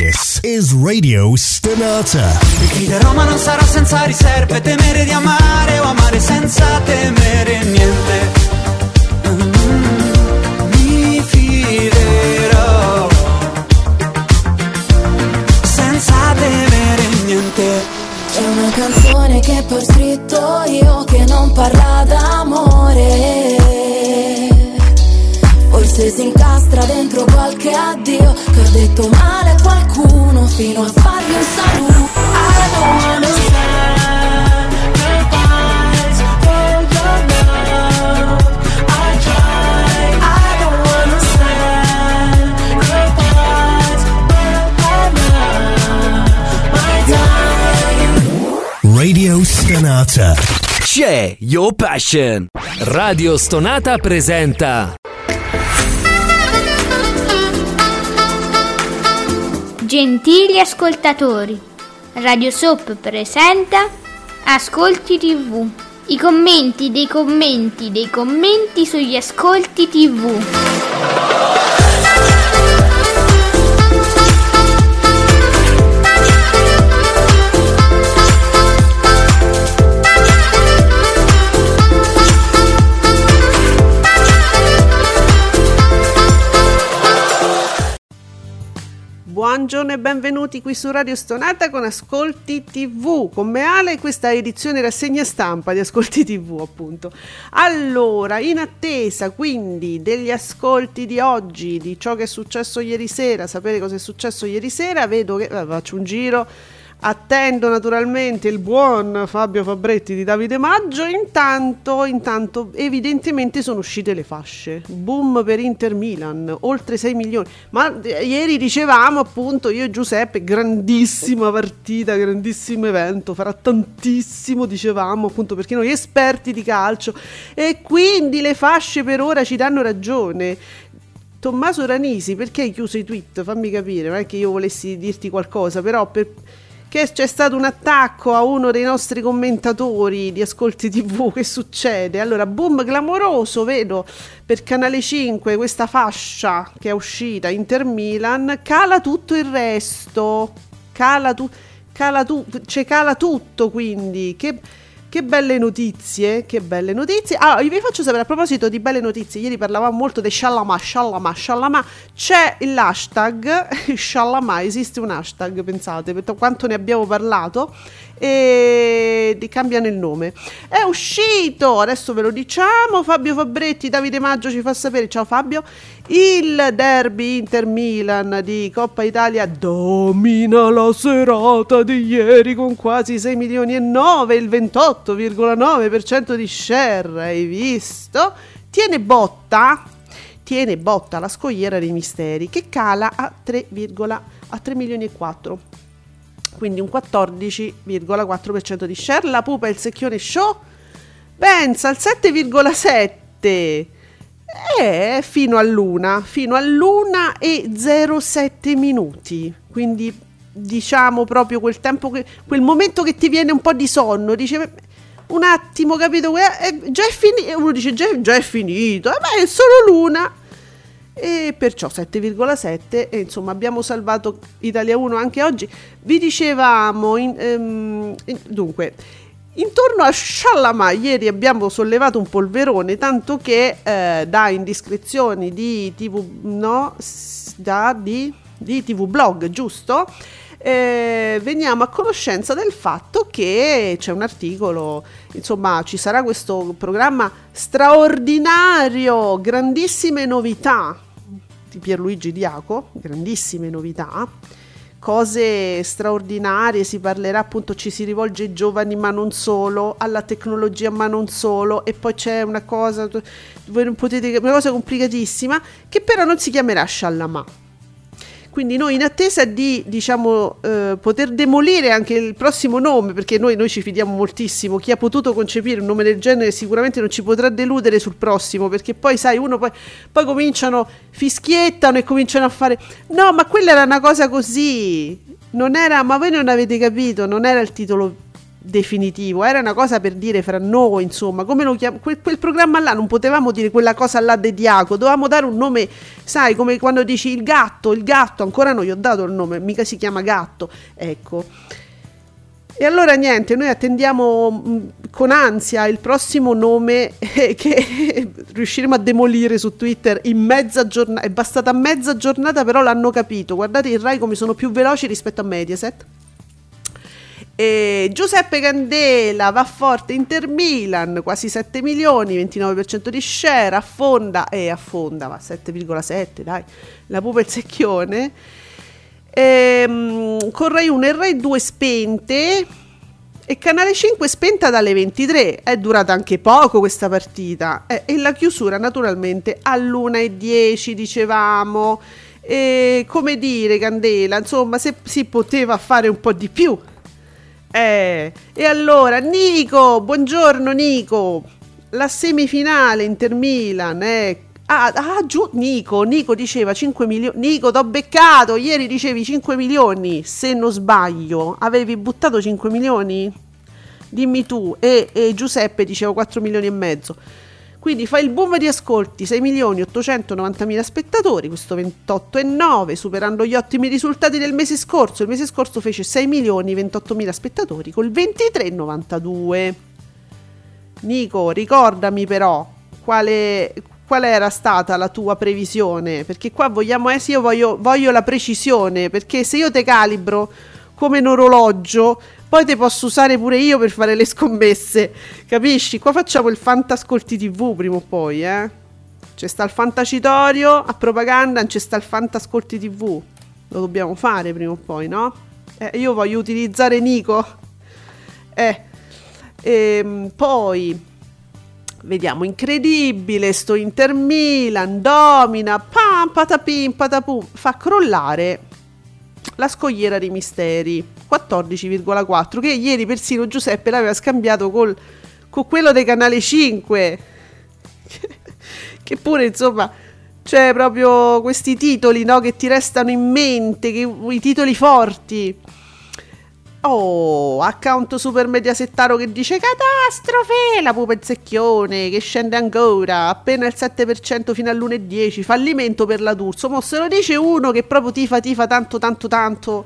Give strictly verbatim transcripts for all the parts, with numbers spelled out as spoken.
This is Radio Stonata. Mi fiderò ma non sarò senza riserve, temere di amare o amare senza temere niente. Mm, mi fiderò senza temere niente. C'è una canzone che poi ho scritto io che non parla d'amore. Forse si incastra dentro qualche addio che ho detto male a qualcuno fino a fargli un saluto. I don't understand goodbyes for your love. I try. I don't understand goodbyes for your love. My time. Radio Stonata. C'è Your Passion. Radio Stonata presenta Gentili ascoltatori, Radio Soap presenta Ascolti tivù. I commenti dei commenti dei commenti sugli ascolti tivù. Buongiorno e benvenuti qui su Radio Stonata con Ascolti tivù, con me Ale, questa edizione rassegna stampa di Ascolti tivù appunto. Allora, in attesa quindi degli ascolti di oggi, di ciò che è successo ieri sera, sapere cosa è successo ieri sera, vedo che, eh, faccio un giro, attendo naturalmente il buon Fabio Fabretti di Davide Maggio. Intanto, intanto evidentemente sono uscite le fasce, boom per Inter Milan, oltre sei milioni, ma eh, ieri dicevamo appunto io e Giuseppe, grandissima partita, grandissimo evento, farà tantissimo, dicevamo appunto, perché noi esperti di calcio, e quindi le fasce per ora ci danno ragione. Tommaso Ranisi, perché hai chiuso i tweet? Fammi capire, non è che io volessi dirti qualcosa, però per... che c'è stato un attacco a uno dei nostri commentatori di Ascolti tivù. Che succede? Allora, boom clamoroso, vedo per Canale cinque questa fascia che è uscita, Inter Milan, cala tutto il resto, cala tu, cala tu, cioè cala tutto, quindi che, che belle notizie, che belle notizie. Ah, vi faccio sapere, a proposito di belle notizie, ieri parlavamo molto di Shalama, Shalama, Shalama, c'è l'hashtag Shalama, esiste un hashtag, pensate, per quanto ne abbiamo parlato, e cambiano il nome. È uscito, adesso ve lo diciamo, Fabio Fabretti, Davide Maggio ci fa sapere, ciao Fabio, il derby Inter Milan di Coppa Italia domina la serata di ieri con quasi sei milioni e nove, il ventotto virgola nove per cento di share, hai visto? Tiene botta, tiene botta la scogliera dei misteri che cala a tre, a tre milioni e quattro, quindi un quattordici virgola quattro per cento di share. La pupa e il secchione show pensa al sette virgola sette, è fino all'una, fino all'una e zero virgola sette minuti, quindi diciamo proprio quel tempo che, quel momento che ti viene un po' di sonno, dice un attimo, capito, è, già è finito, uno dice già, già è finito, eh beh, è solo l'una, e perciò sette virgola sette, e insomma abbiamo salvato Italia uno anche oggi. Vi dicevamo in, um, in, dunque intorno a Shalama ieri abbiamo sollevato un polverone, tanto che eh, da indiscrezioni di tivù, no, da di, di tivù Blog, giusto? Eh, veniamo a conoscenza del fatto che c'è un articolo, insomma ci sarà questo programma straordinario, grandissime novità di Pierluigi Diaco, grandissime novità, cose straordinarie, si parlerà appunto, ci si rivolge ai giovani ma non solo, alla tecnologia ma non solo, e poi c'è una cosa, voi non potete, una cosa complicatissima che però non si chiamerà Shalama. Quindi noi in attesa di, diciamo, eh, poter demolire anche il prossimo nome, perché noi, noi ci fidiamo moltissimo, chi ha potuto concepire un nome del genere sicuramente non ci potrà deludere sul prossimo, perché poi sai, uno poi, poi cominciano, fischiettano e cominciano a fare, no ma quella era una cosa così, non era, ma voi non avete capito, non era il titolo definitivo, era una cosa per dire fra noi, insomma, come lo chiam- quel, quel programma là non potevamo dire quella cosa là de Diaco, dovevamo dare un nome, sai, come quando dici il gatto, il gatto, ancora non gli ho dato il nome, mica si chiama gatto, ecco. E allora niente, noi attendiamo mh, con ansia il prossimo nome eh, che riusciremo a demolire su Twitter in mezza giornata. È bastata mezza giornata, però l'hanno capito. Guardate il Rai come sono più veloci rispetto a Mediaset. E Giuseppe Candela va forte Inter Milan, quasi sette milioni, ventinove per cento di share, affonda, e affonda, ma sette virgola sette, dai, la pupa il secchione. Ehm, con Rai uno e Rai due spente e Canale cinque spenta dalle ventitré. È durata anche poco questa partita eh, e la chiusura naturalmente all'una e dieci, dicevamo. E come dire, Candela, insomma, se si poteva fare un po' di più. Eh, e allora Nico, buongiorno Nico, la semifinale Inter Milan, eh. Ah, ah, giù, Nico, Nico diceva cinque milioni. Nico, t'ho beccato, ieri dicevi cinque milioni, se non sbaglio. Avevi buttato cinque milioni? Dimmi tu. E, e Giuseppe diceva quattro milioni e mezzo. Quindi fa il boom di ascolti, sei milioni ottocentonovantamila spettatori, questo ventotto virgola nove, superando gli ottimi risultati del mese scorso. Il mese scorso fece sei milioni ventottomila spettatori col ventitré virgola novantadue. Nico, ricordami però quale... qual era stata la tua previsione? Perché qua vogliamo essere, io voglio, voglio la precisione, perché se io te calibro come un orologio, poi te posso usare pure io per fare le scommesse, capisci? Qua facciamo il Fantascolti tivù prima o poi, eh? C'è sta il Fantacitorio a propaganda, c'è sta il Fantascolti tivù, lo dobbiamo fare prima o poi, no? Eh, io voglio utilizzare Nico, eh, e poi... vediamo, incredibile, sto Inter Milan, domina, pam, patapim, patapum, fa crollare la scogliera dei misteri, quattordici virgola quattro, che ieri persino Giuseppe l'aveva scambiato col, con quello dei Canale cinque, che pure, insomma, c'è proprio questi titoli, no, che ti restano in mente, che, i titoli forti. Oh, account super mediasettaro che dice catastrofe, la pupa il secchione che scende ancora, appena il sette per cento fino all'una e dieci, fallimento per la D'Urso. Mo se lo dice uno che proprio tifa tifa tanto tanto tanto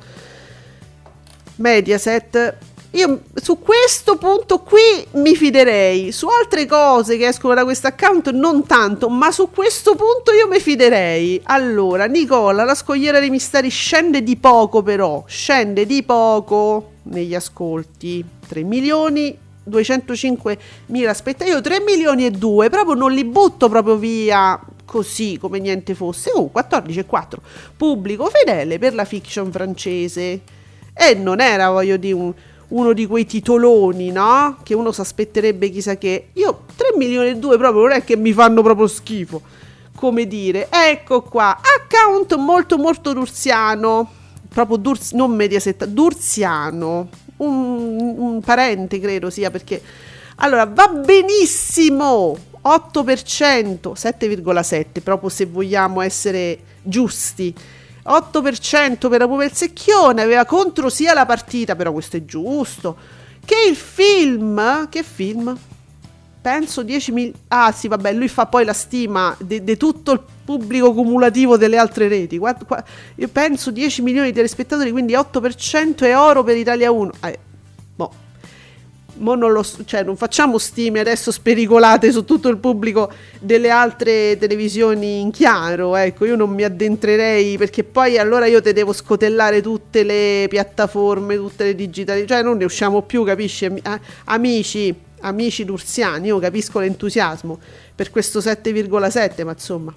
Mediaset, io su questo punto qui mi fiderei, su altre cose che escono da questo account non tanto, ma su questo punto io mi fiderei. Allora, Nicola, la scogliera dei misteri scende di poco, però scende di poco negli ascolti, tre milioni duecentocinque mila, aspetta, io tre milioni e due proprio non li butto proprio via così come niente fosse. Oh, quattordici virgola quattro, pubblico fedele per la fiction francese, e non era, voglio dire, un uno di quei titoloni, no? Che uno si aspetterebbe chissà che. Io tre milioni e due proprio non è che mi fanno proprio schifo, come dire. Ecco qua, account molto molto durziano, proprio Durz, non Mediaset, durziano, un, un parente credo sia, perché allora va benissimo, otto per cento, sette virgola sette proprio se vogliamo essere giusti, otto per cento per la pupa il secchione, aveva contro sia la partita, però questo è giusto, che il film, che film? Penso dieci mila, ah sì vabbè, lui fa poi la stima di tutto il pubblico cumulativo delle altre reti, qua, qua, io penso dieci milioni di telespettatori, quindi otto per cento è oro per Italia uno, eh, boh. Mo non, lo, cioè, non facciamo stime adesso spericolate su tutto il pubblico delle altre televisioni in chiaro, ecco, io non mi addentrerei, perché poi allora io te devo scotellare tutte le piattaforme, tutte le digitali, cioè non ne usciamo più, capisci? Amici, amici durziani, io capisco l'entusiasmo per questo sette virgola sette, ma insomma.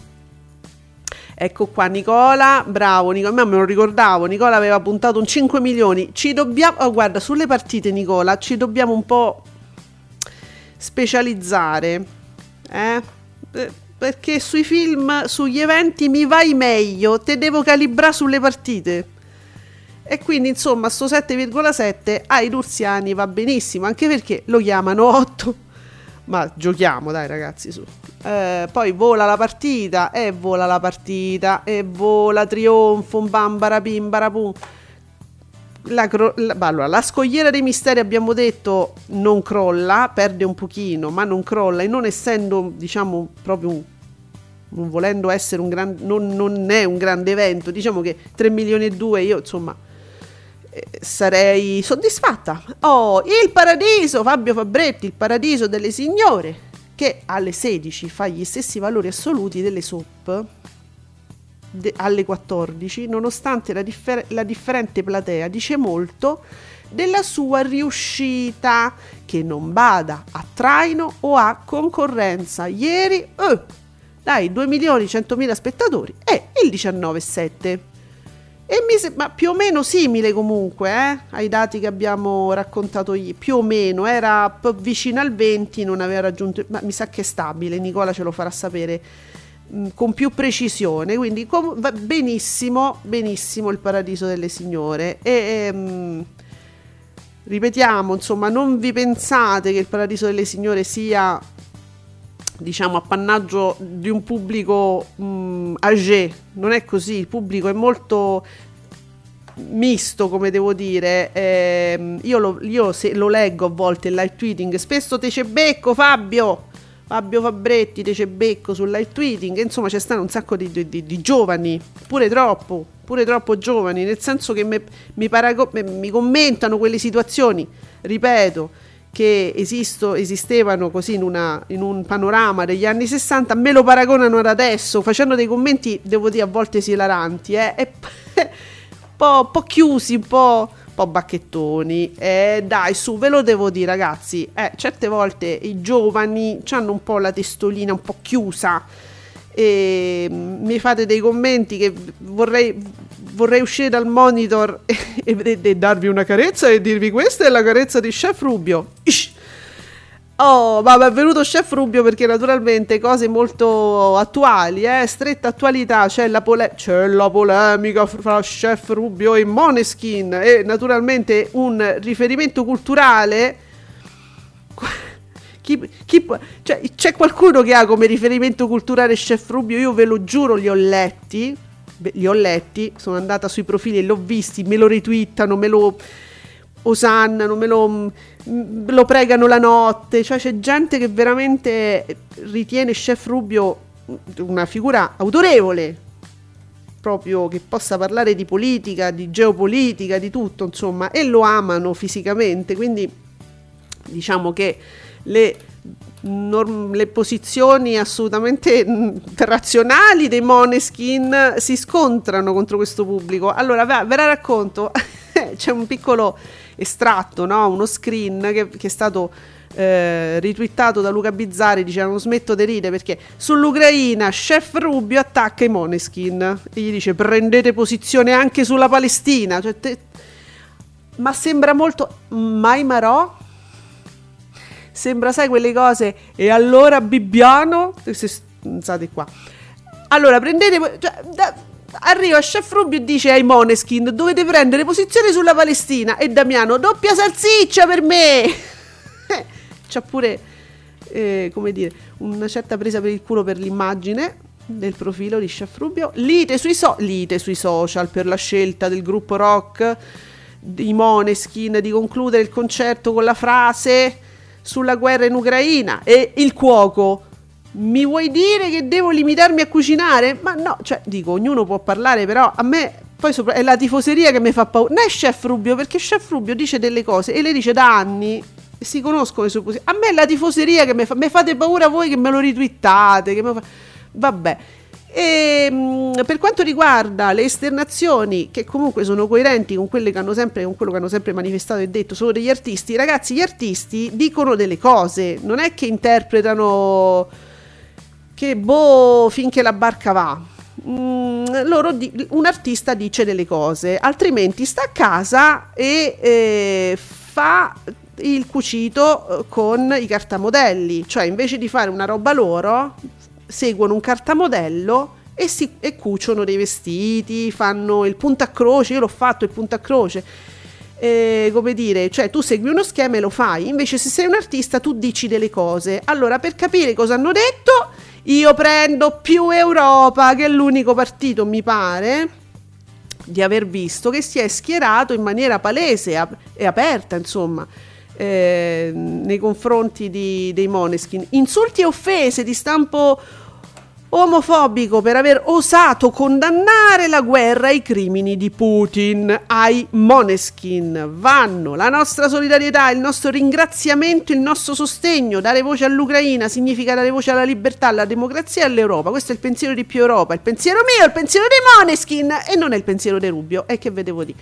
Ecco qua Nicola, bravo Nicola, ma me lo ricordavo, Nicola aveva puntato un cinque milioni, ci dobbiamo, oh, guarda, sulle partite Nicola, ci dobbiamo un po' specializzare, eh? Perché sui film, sugli eventi mi vai meglio, te devo calibrare sulle partite, e quindi insomma sto sette virgola sette ai durziani va benissimo, anche perché lo chiamano otto, ma giochiamo dai ragazzi, su. Eh, poi vola la partita e vola la partita e vola trionfo, bambara bim barapum, la, la, allora, la scogliera dei misteri abbiamo detto non crolla, perde un pochino ma non crolla, e non essendo diciamo proprio un, non volendo essere un gran, non, non è un grande evento, diciamo che tre milioni e due io insomma eh, sarei soddisfatta. Oh, il Paradiso, Fabio Fabretti, il Paradiso delle signore, che alle sedici fa gli stessi valori assoluti delle soap de, alle quattordici, nonostante la, differ- la differente platea, dice molto della sua riuscita, che non bada a traino o a concorrenza. Ieri eh, dai due milioni centomila spettatori e il diciannove virgola sette, e mi sembra più o meno simile comunque eh, ai dati che abbiamo raccontato ieri, più o meno era p- vicino al venti, non aveva raggiunto, ma mi sa che è stabile, Nicola ce lo farà sapere mh, con più precisione. Quindi com- va benissimo benissimo il Paradiso delle signore, e ehm, ripetiamo insomma, non vi pensate che il Paradiso delle signore sia diciamo appannaggio di un pubblico mh, âgé, non è così, il pubblico è molto misto, come devo dire. eh, io, lo, io se lo leggo a volte il live tweeting, spesso te ce becco Fabio Fabio Fabretti, te ce becco sul live tweeting, insomma c'è stato un sacco di, di, di giovani, pure troppo pure troppo giovani, nel senso che me, mi, parago- me, mi commentano quelle situazioni, ripeto, che esisto, esistevano così in, una, in un panorama degli anni sessanta, me lo paragonano ad adesso, facendo dei commenti, devo dire, a volte esilaranti, eh, e un po', po' chiusi, un po', po' bacchettoni. Eh, dai, su, ve lo devo dire, ragazzi, eh, certe volte i giovani hanno un po' la testolina un po' chiusa, e mi fate dei commenti che vorrei, vorrei uscire dal monitor e, e, e darvi una carezza e dirvi: questa è la carezza di Chef Rubio. Ish. Oh, ma è venuto Chef Rubio perché naturalmente cose molto attuali, eh, stretta attualità, c'è la, pole- c'è la polemica fra Chef Rubio e Måneskin, e naturalmente un riferimento culturale. Chi, chi, cioè, c'è qualcuno che ha come riferimento culturale Chef Rubio? Io ve lo giuro, li ho letti, li ho letti, sono andata sui profili e li ho visti, me lo retweetano, me lo osannano, me lo, me lo pregano la notte, cioè c'è gente che veramente ritiene Chef Rubio una figura autorevole, proprio che possa parlare di politica, di geopolitica, di tutto, insomma, e lo amano fisicamente, quindi diciamo che Le, norm, le posizioni assolutamente razionali dei Måneskin si scontrano contro questo pubblico. Allora ve, ve la racconto. C'è un piccolo estratto, no? Uno screen che, che è stato eh, ritwittato da Luca Bizzarri, dice: non smetto di ridere perché sull'Ucraina Chef Rubio attacca i Måneskin e gli dice: prendete posizione anche sulla Palestina, cioè, te, ma sembra molto Mai Marò. Sembra, sai, quelle cose. E allora Bibbiano, state qua, allora prendete, cioè, da, arriva Chef Rubio e dice ai Måneskin: dovete prendere posizione sulla Palestina, e Damiano: doppia salsiccia per me. C'ha pure eh, come dire, una certa presa per il culo per l'immagine del profilo di Chef Rubio. Lite sui, so- lite sui social per la scelta del gruppo rock di Måneskin di concludere il concerto con la frase sulla guerra in Ucraina, e il cuoco: mi vuoi dire che devo limitarmi a cucinare? Ma no, cioè dico, ognuno può parlare, però a me poi sopra, è la tifoseria che mi fa paura. Non è Chef Rubio, perché Chef Rubio dice delle cose e le dice da anni e si conoscono le sue posizioni. A me è la tifoseria che mi fa, mi fate paura voi che me lo ritwittate, che me fa... vabbè. E mh, per quanto riguarda le esternazioni, che comunque sono coerenti con quelle che hanno sempre, con quello che hanno sempre manifestato e detto, sono degli artisti, ragazzi, gli artisti dicono delle cose, non è che interpretano che boh finché la barca va. Mm, loro di, un artista dice delle cose, altrimenti sta a casa e eh, fa il cucito con i cartamodelli, cioè invece di fare una roba loro seguono un cartamodello e, si, e cuciono dei vestiti, fanno il punto a croce. Io l'ho fatto il punto a croce, eh, come dire, cioè tu segui uno schema e lo fai. Invece se sei un artista tu dici delle cose. Allora, per capire cosa hanno detto, io prendo Più Europa, che è l'unico partito, mi pare, di aver visto che si è schierato in maniera palese e, ap- e aperta, insomma, eh, nei confronti di, dei Måneskin. Insulti e offese di stampo omofobico per aver osato condannare la guerra e i crimini di Putin. Ai Måneskin vanno la nostra solidarietà, il nostro ringraziamento, il nostro sostegno. Dare voce all'Ucraina significa dare voce alla libertà, alla democrazia e all'Europa. Questo è il pensiero di più Europa, il pensiero mio, il pensiero dei Måneskin, e non è il pensiero di Rubio, e che vedevo di.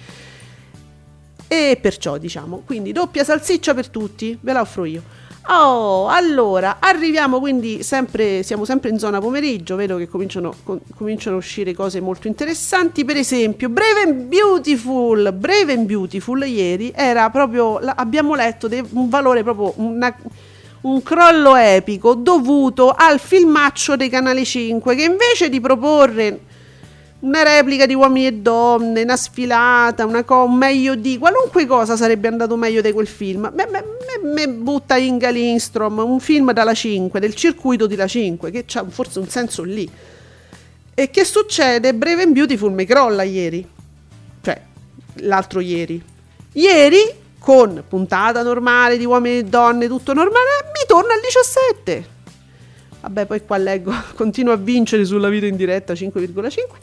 E perciò, diciamo, quindi doppia salsiccia per tutti, ve la offro io. Oh, allora, arriviamo quindi sempre, siamo sempre in zona pomeriggio, vedo che cominciano, com- cominciano a uscire cose molto interessanti. Per esempio, Brave and Beautiful, Brave and Beautiful ieri era proprio, la, abbiamo letto de- un valore proprio, una, un crollo epico dovuto al filmaccio dei Canale cinque, che invece di proporre una replica di Uomini e Donne, una sfilata, una co- un meglio di qualunque cosa sarebbe andato meglio di quel film. Me, me, me, me butta Inga Lindstrom, un film dalla cinque, del circuito di La cinque, che c'ha forse un senso lì. E che succede? Brave and Beautiful mi crolla ieri, cioè l'altro ieri. Ieri, con puntata normale di Uomini e Donne, tutto normale, mi torna al diciassette. Vabbè, poi qua leggo, continuo a vincere sulla video in diretta cinque virgola cinque.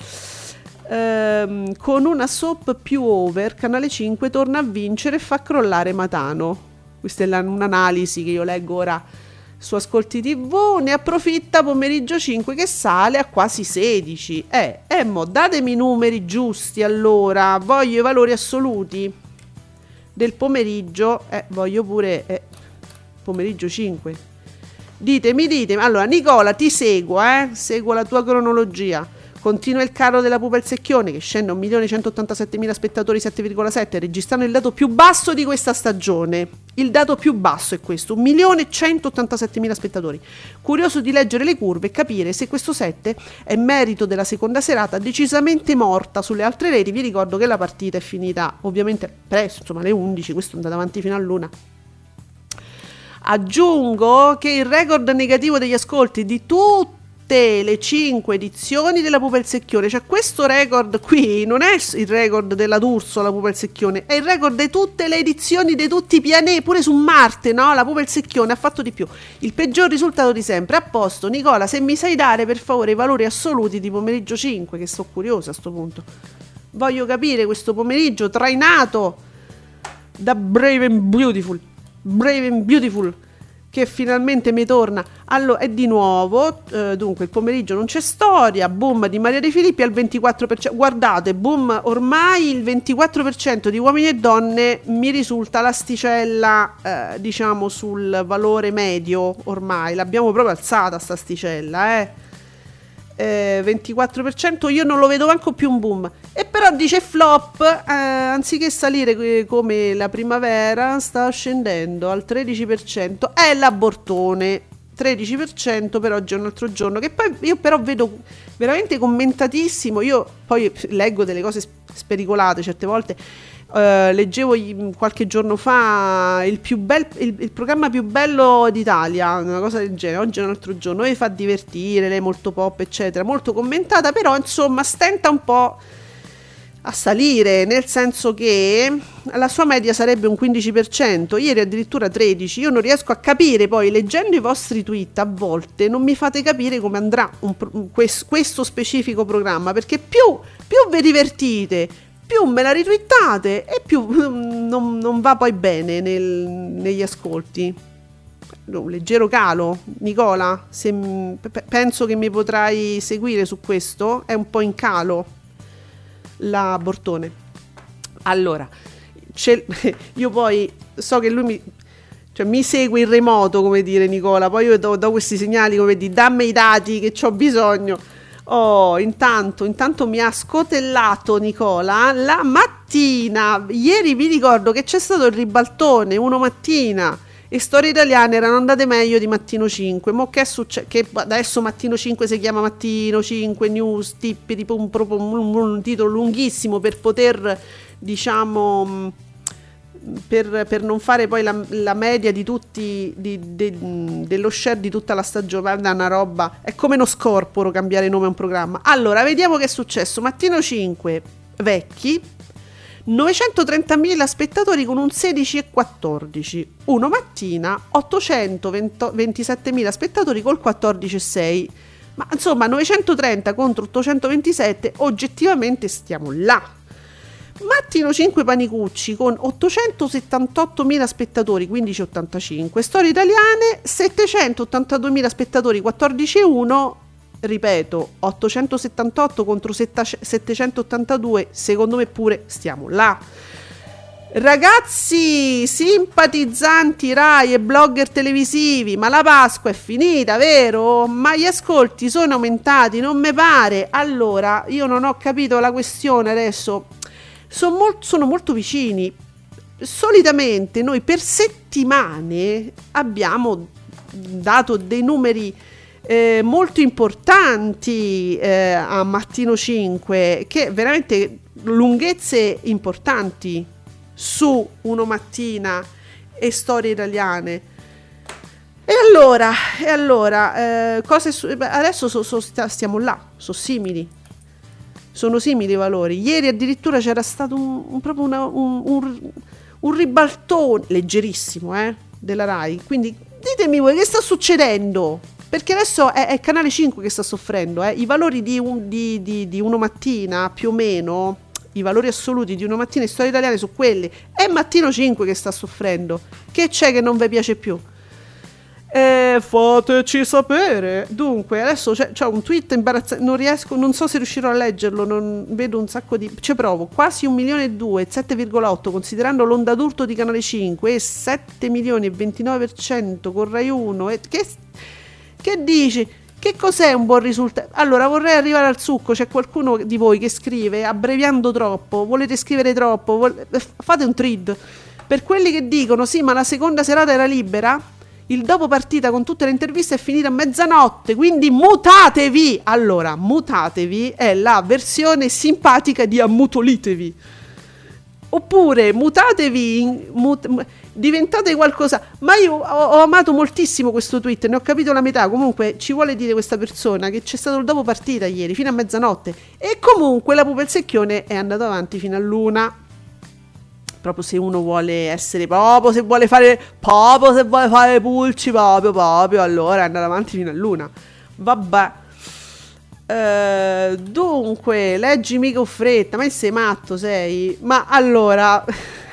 Ehm, con una soap più over, Canale cinque torna a vincere e fa crollare Matano. Questa è la, un'analisi che io leggo ora su Ascolti tivù. Ne approfitta Pomeriggio cinque che sale a quasi sedici. Eh, eh mo, datemi i numeri giusti allora. Voglio i valori assoluti del pomeriggio. Eh, voglio pure eh, Pomeriggio cinque. Ditemi, ditemi. Allora, Nicola, ti seguo, eh? Seguo la tua cronologia. Continua il calo della Pupa il Secchione, che scende a un milione centottantasettemila spettatori, sette virgola sette, registrando il dato più basso di questa stagione. Il dato più basso è questo, un milione centottantasettemila spettatori. Curioso di leggere le curve e capire se questo sette è merito della seconda serata decisamente morta sulle altre reti. Vi ricordo che la partita è finita ovviamente presto, insomma alle undici, questo è andato avanti fino all'una. Aggiungo che il record negativo degli ascolti di tutte le cinque edizioni della Pupa il Secchione, cioè questo record qui non è il record della D'Urso, la Pupa il Secchione, è il record di tutte le edizioni di tutti i pianeti, pure su Marte, no? La Pupa il Secchione ha fatto di più, il peggior risultato di sempre. A posto, Nicola, se mi sai dare per favore i valori assoluti di Pomeriggio cinque, che sto curiosa a sto punto, voglio capire questo pomeriggio trainato da Brave and Beautiful Brave and Beautiful, che finalmente mi torna. Allora, è di nuovo, eh, dunque il pomeriggio non c'è storia. Boom di Maria De Filippi al ventiquattro per cento. Guardate, boom, ormai il ventiquattro per cento di Uomini e Donne mi risulta l'asticella, eh, diciamo, sul valore medio. Ormai l'abbiamo proprio alzata sta asticella, eh. eh ventiquattro per cento io non lo vedo manco più un boom, e però dice flop, eh, anziché salire come la primavera sta scendendo al tredici per cento. È l'abortone, tredici per cento per oggi è un altro giorno, che poi io però vedo veramente commentatissimo. Io poi leggo delle cose spericolate certe volte. Uh, leggevo qualche giorno fa il, più bel, il, il programma più bello d'Italia, una cosa del genere. Oggi è un altro giorno, e fa divertire, lei è molto pop eccetera, molto commentata, però insomma stenta un po' a salire, nel senso che la sua media sarebbe un quindici per cento, ieri addirittura tredici per cento. Io non riesco a capire, poi leggendo i vostri tweet a volte non mi fate capire come andrà un, un, questo, questo specifico programma, perché più, più vi divertite, più me la ritwittate e più non, non va poi bene nel, negli ascolti. Un leggero calo. Nicola, se, p- penso che mi potrai seguire su questo, è un po' in calo la Bortone. Allora, io poi so che lui mi, cioè, mi segue in remoto, come dire, Nicola, poi io do, do questi segnali, come dire, dammi i dati che c'ho bisogno. Oh, intanto, intanto mi ha scotellato Nicola la mattina. Ieri vi ricordo che c'è stato il ribaltone, uno mattina, e Storie Italiane erano andate meglio di Mattino cinque. Mo che è successo? Che adesso Mattino cinque si chiama Mattino cinque News, tippiti pum, pum, pum, un titolo lunghissimo per poter, diciamo, per, per non fare poi la, la media di tutti di, de, dello share di tutta la stagione. Guarda, una roba, è come uno scorporo cambiare nome a un programma. Allora, vediamo che è successo. Mattino cinque, vecchi, novecentotrentamila spettatori con un sedici e quattordici. Uno Mattina ottocentoventisettemila spettatori col quattordici e sei. Ma insomma novecentotrenta contro ottocentoventisette, oggettivamente stiamo là. Mattino cinque Panicucci con ottocentosettantottomila spettatori, quindici virgola ottantacinque. Storie italiane settecentottantadumila spettatori, quattordici virgola uno. Ripeto, ottocentosettantotto contro settecentottantadue, secondo me pure stiamo là. Ragazzi simpatizzanti Rai e blogger televisivi, ma la Pasqua è finita, vero? Ma gli ascolti sono aumentati, non me pare. Allora, io non ho capito la questione adesso. Sono, mol- sono molto vicini. Solitamente noi per settimane abbiamo dato dei numeri Eh, molto importanti eh, a Mattino cinque, che veramente lunghezze importanti su Uno Mattina e Storie Italiane. E allora, e allora eh, cose su- adesso so, so, stiamo là, sono simili, sono simili i valori. Ieri addirittura c'era stato un, un, proprio una, un, un, un ribaltone leggerissimo eh, della Rai, quindi ditemi voi che sta succedendo. Perché adesso è, è Canale cinque che sta soffrendo, eh. I valori di, un, di, di, di Uno Mattina, più o meno, i valori assoluti di Uno Mattina e Storie Italiane sono quelli. È Mattino cinque che sta soffrendo. Che c'è che non vi piace più? Eh, fateci sapere. Dunque, adesso c'è, c'è un tweet imbarazzante, non riesco, non so se riuscirò a leggerlo, non vedo un sacco di... Ci provo, quasi un milione e due, sette virgola otto, considerando l'onda d'urto di Canale cinque, e sette milioni e ventinove per cento con Rai uno, e che... Che dici? Che cos'è un buon risultato? Allora, vorrei arrivare al succo. C'è qualcuno di voi che scrive abbreviando troppo, volete scrivere troppo, vol- fate un thread. Per quelli che dicono sì, ma la seconda serata era libera, il dopo partita con tutte le interviste è finita a mezzanotte, quindi mutatevi. Allora, mutatevi è la versione simpatica di ammutolitevi. Oppure mutatevi in, mut, diventate qualcosa. Ma io ho, ho amato moltissimo questo tweet, ne ho capito la metà. Comunque ci vuole dire questa persona che c'è stato il dopo partita ieri fino a mezzanotte, e comunque la Pupa il Secchione è andato avanti fino all'una. Proprio se uno vuole essere proprio, se vuole fare proprio, se vuole fare pulci proprio proprio, allora è andato avanti fino all'una. Vabbè. Uh, dunque, leggi mica in fretta, ma sei matto, sei? Ma allora,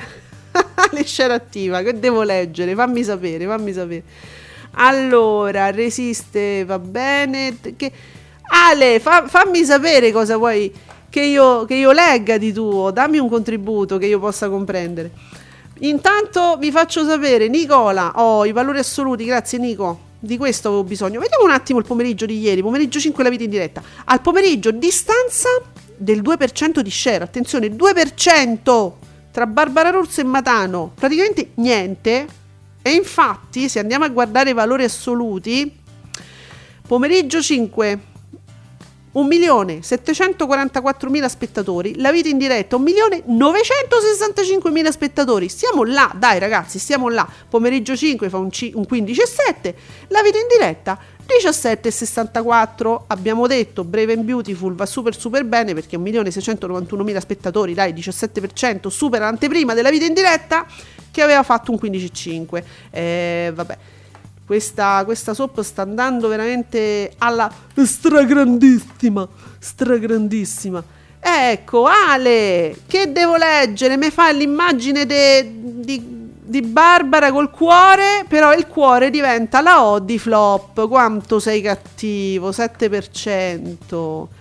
le scena attiva, che devo leggere? Fammi sapere, fammi sapere. Allora, resiste, va bene. Che... Ale, fa, fammi sapere cosa vuoi che io, che io legga di tuo, dammi un contributo che io possa comprendere. Intanto vi faccio sapere, Nicola, oh, i valori assoluti, grazie Nico. Di questo avevo bisogno. Vediamo un attimo il pomeriggio di ieri. Pomeriggio cinque la vita in diretta. Al pomeriggio distanza del due per cento di share. Attenzione, due per cento tra Barbara Russo e Matano. Praticamente niente. E infatti se andiamo a guardare i valori assoluti, pomeriggio cinque un milione settecentoquarantaquattromila spettatori, la vita in diretta un milione novecentosessantacinquemila spettatori. Stiamo là, dai ragazzi, stiamo là. Pomeriggio cinque fa un, C- un quindici virgola sette, la vita in diretta diciassette virgola sessantaquattro. Abbiamo detto Brave and Beautiful va super super bene perché un milione seicentonovantunomila spettatori, dai, diciassette per cento, supera l'anteprima della vita in diretta che aveva fatto un quindici virgola cinque. Eh, vabbè. Questa, questa soap sta andando veramente alla stragrandissima, stragrandissima. Ecco, Ale, che devo leggere? Mi fa l'immagine de, di, di Barbara col cuore, però il cuore diventa la O di flop. Quanto sei cattivo, sette per cento.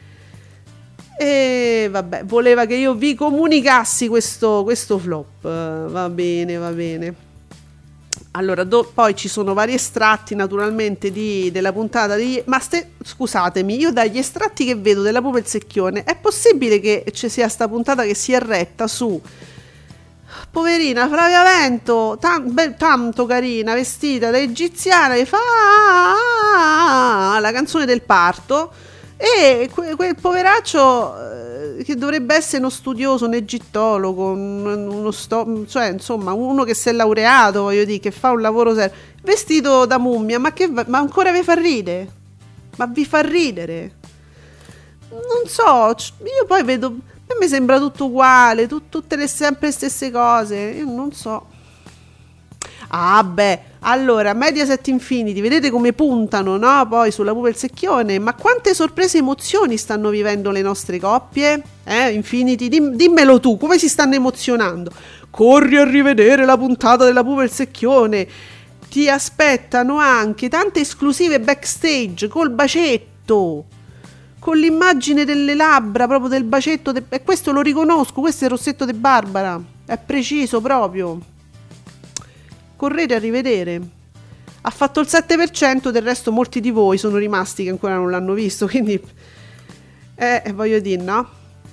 E vabbè, voleva che io vi comunicassi questo, questo flop. Va bene, va bene. Allora, do, poi ci sono vari estratti naturalmente di, della puntata di... Ma ste, scusatemi, io dagli estratti che vedo della Pupa il Secchione, è possibile che ci sia sta puntata che si è retta su... Poverina Flavia Vento, tan, beh, tanto carina, vestita da egiziana, che fa la canzone del parto, e que, quel poveraccio eh, che dovrebbe essere uno studioso, un egittologo, un, uno sto, cioè insomma uno che si è laureato, voglio dire, che fa un lavoro serio, vestito da mummia, ma che ma ancora vi fa ridere? Ma vi fa ridere? Non so, io poi vedo, E mi sembra tutto uguale, tut- tutte le sempre le stesse cose. Io non so. Ah beh, allora Mediaset Infinity, vedete come puntano, no? Poi sulla pupa e il secchione. Ma quante sorprese e emozioni stanno vivendo le nostre coppie? Eh, Infinity, dim- dimmelo tu, come si stanno emozionando? Corri a rivedere la puntata della pupa e il secchione. Ti aspettano anche tante esclusive backstage col bacetto, con l'immagine delle labbra, proprio del bacetto de- e questo lo riconosco, questo è il rossetto di Barbara, è preciso proprio. Correte a rivedere. Ha fatto il sette per cento, del resto molti di voi sono rimasti che ancora non l'hanno visto, quindi eh, voglio dire, no?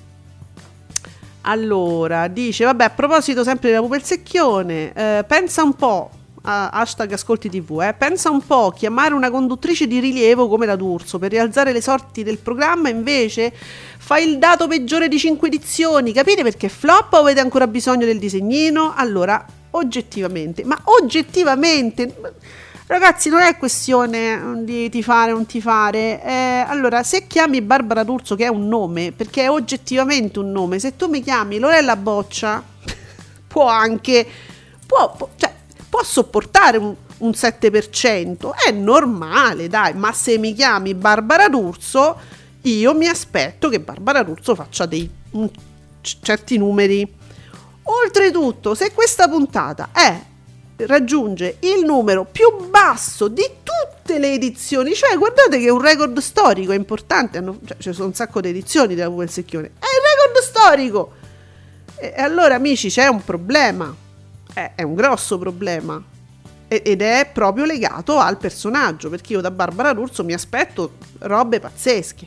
Allora, dice, vabbè, a proposito sempre della pupa e il secchione, eh, pensa un po', Uh, hashtag ascolti tv, eh. pensa un po', chiamare una conduttrice di rilievo come la D'Urso per rialzare le sorti del programma, invece fa il dato peggiore di cinque edizioni. Capite perché flop o avete ancora bisogno del disegnino? Allora, oggettivamente, ma oggettivamente, ragazzi, non è questione di tifare o non tifare, eh, allora, se chiami Barbara D'Urso, che è un nome, perché è oggettivamente un nome, se tu mi chiami Lorella Boccia, può anche, può, può cioè, può sopportare un, un sette per cento, è normale, dai, ma se mi chiami Barbara D'Urso, io mi aspetto che Barbara D'Urso faccia dei un, certi numeri. Oltretutto, se questa puntata è raggiunge il numero più basso di tutte le edizioni, cioè guardate che è un record storico, è importante, hanno, cioè, ci sono un sacco di edizioni della pupa e il secchione, è il record storico, e, e allora amici c'è un problema. È un grosso problema ed è proprio legato al personaggio, perché io da Barbara D'Urso mi aspetto robe pazzesche.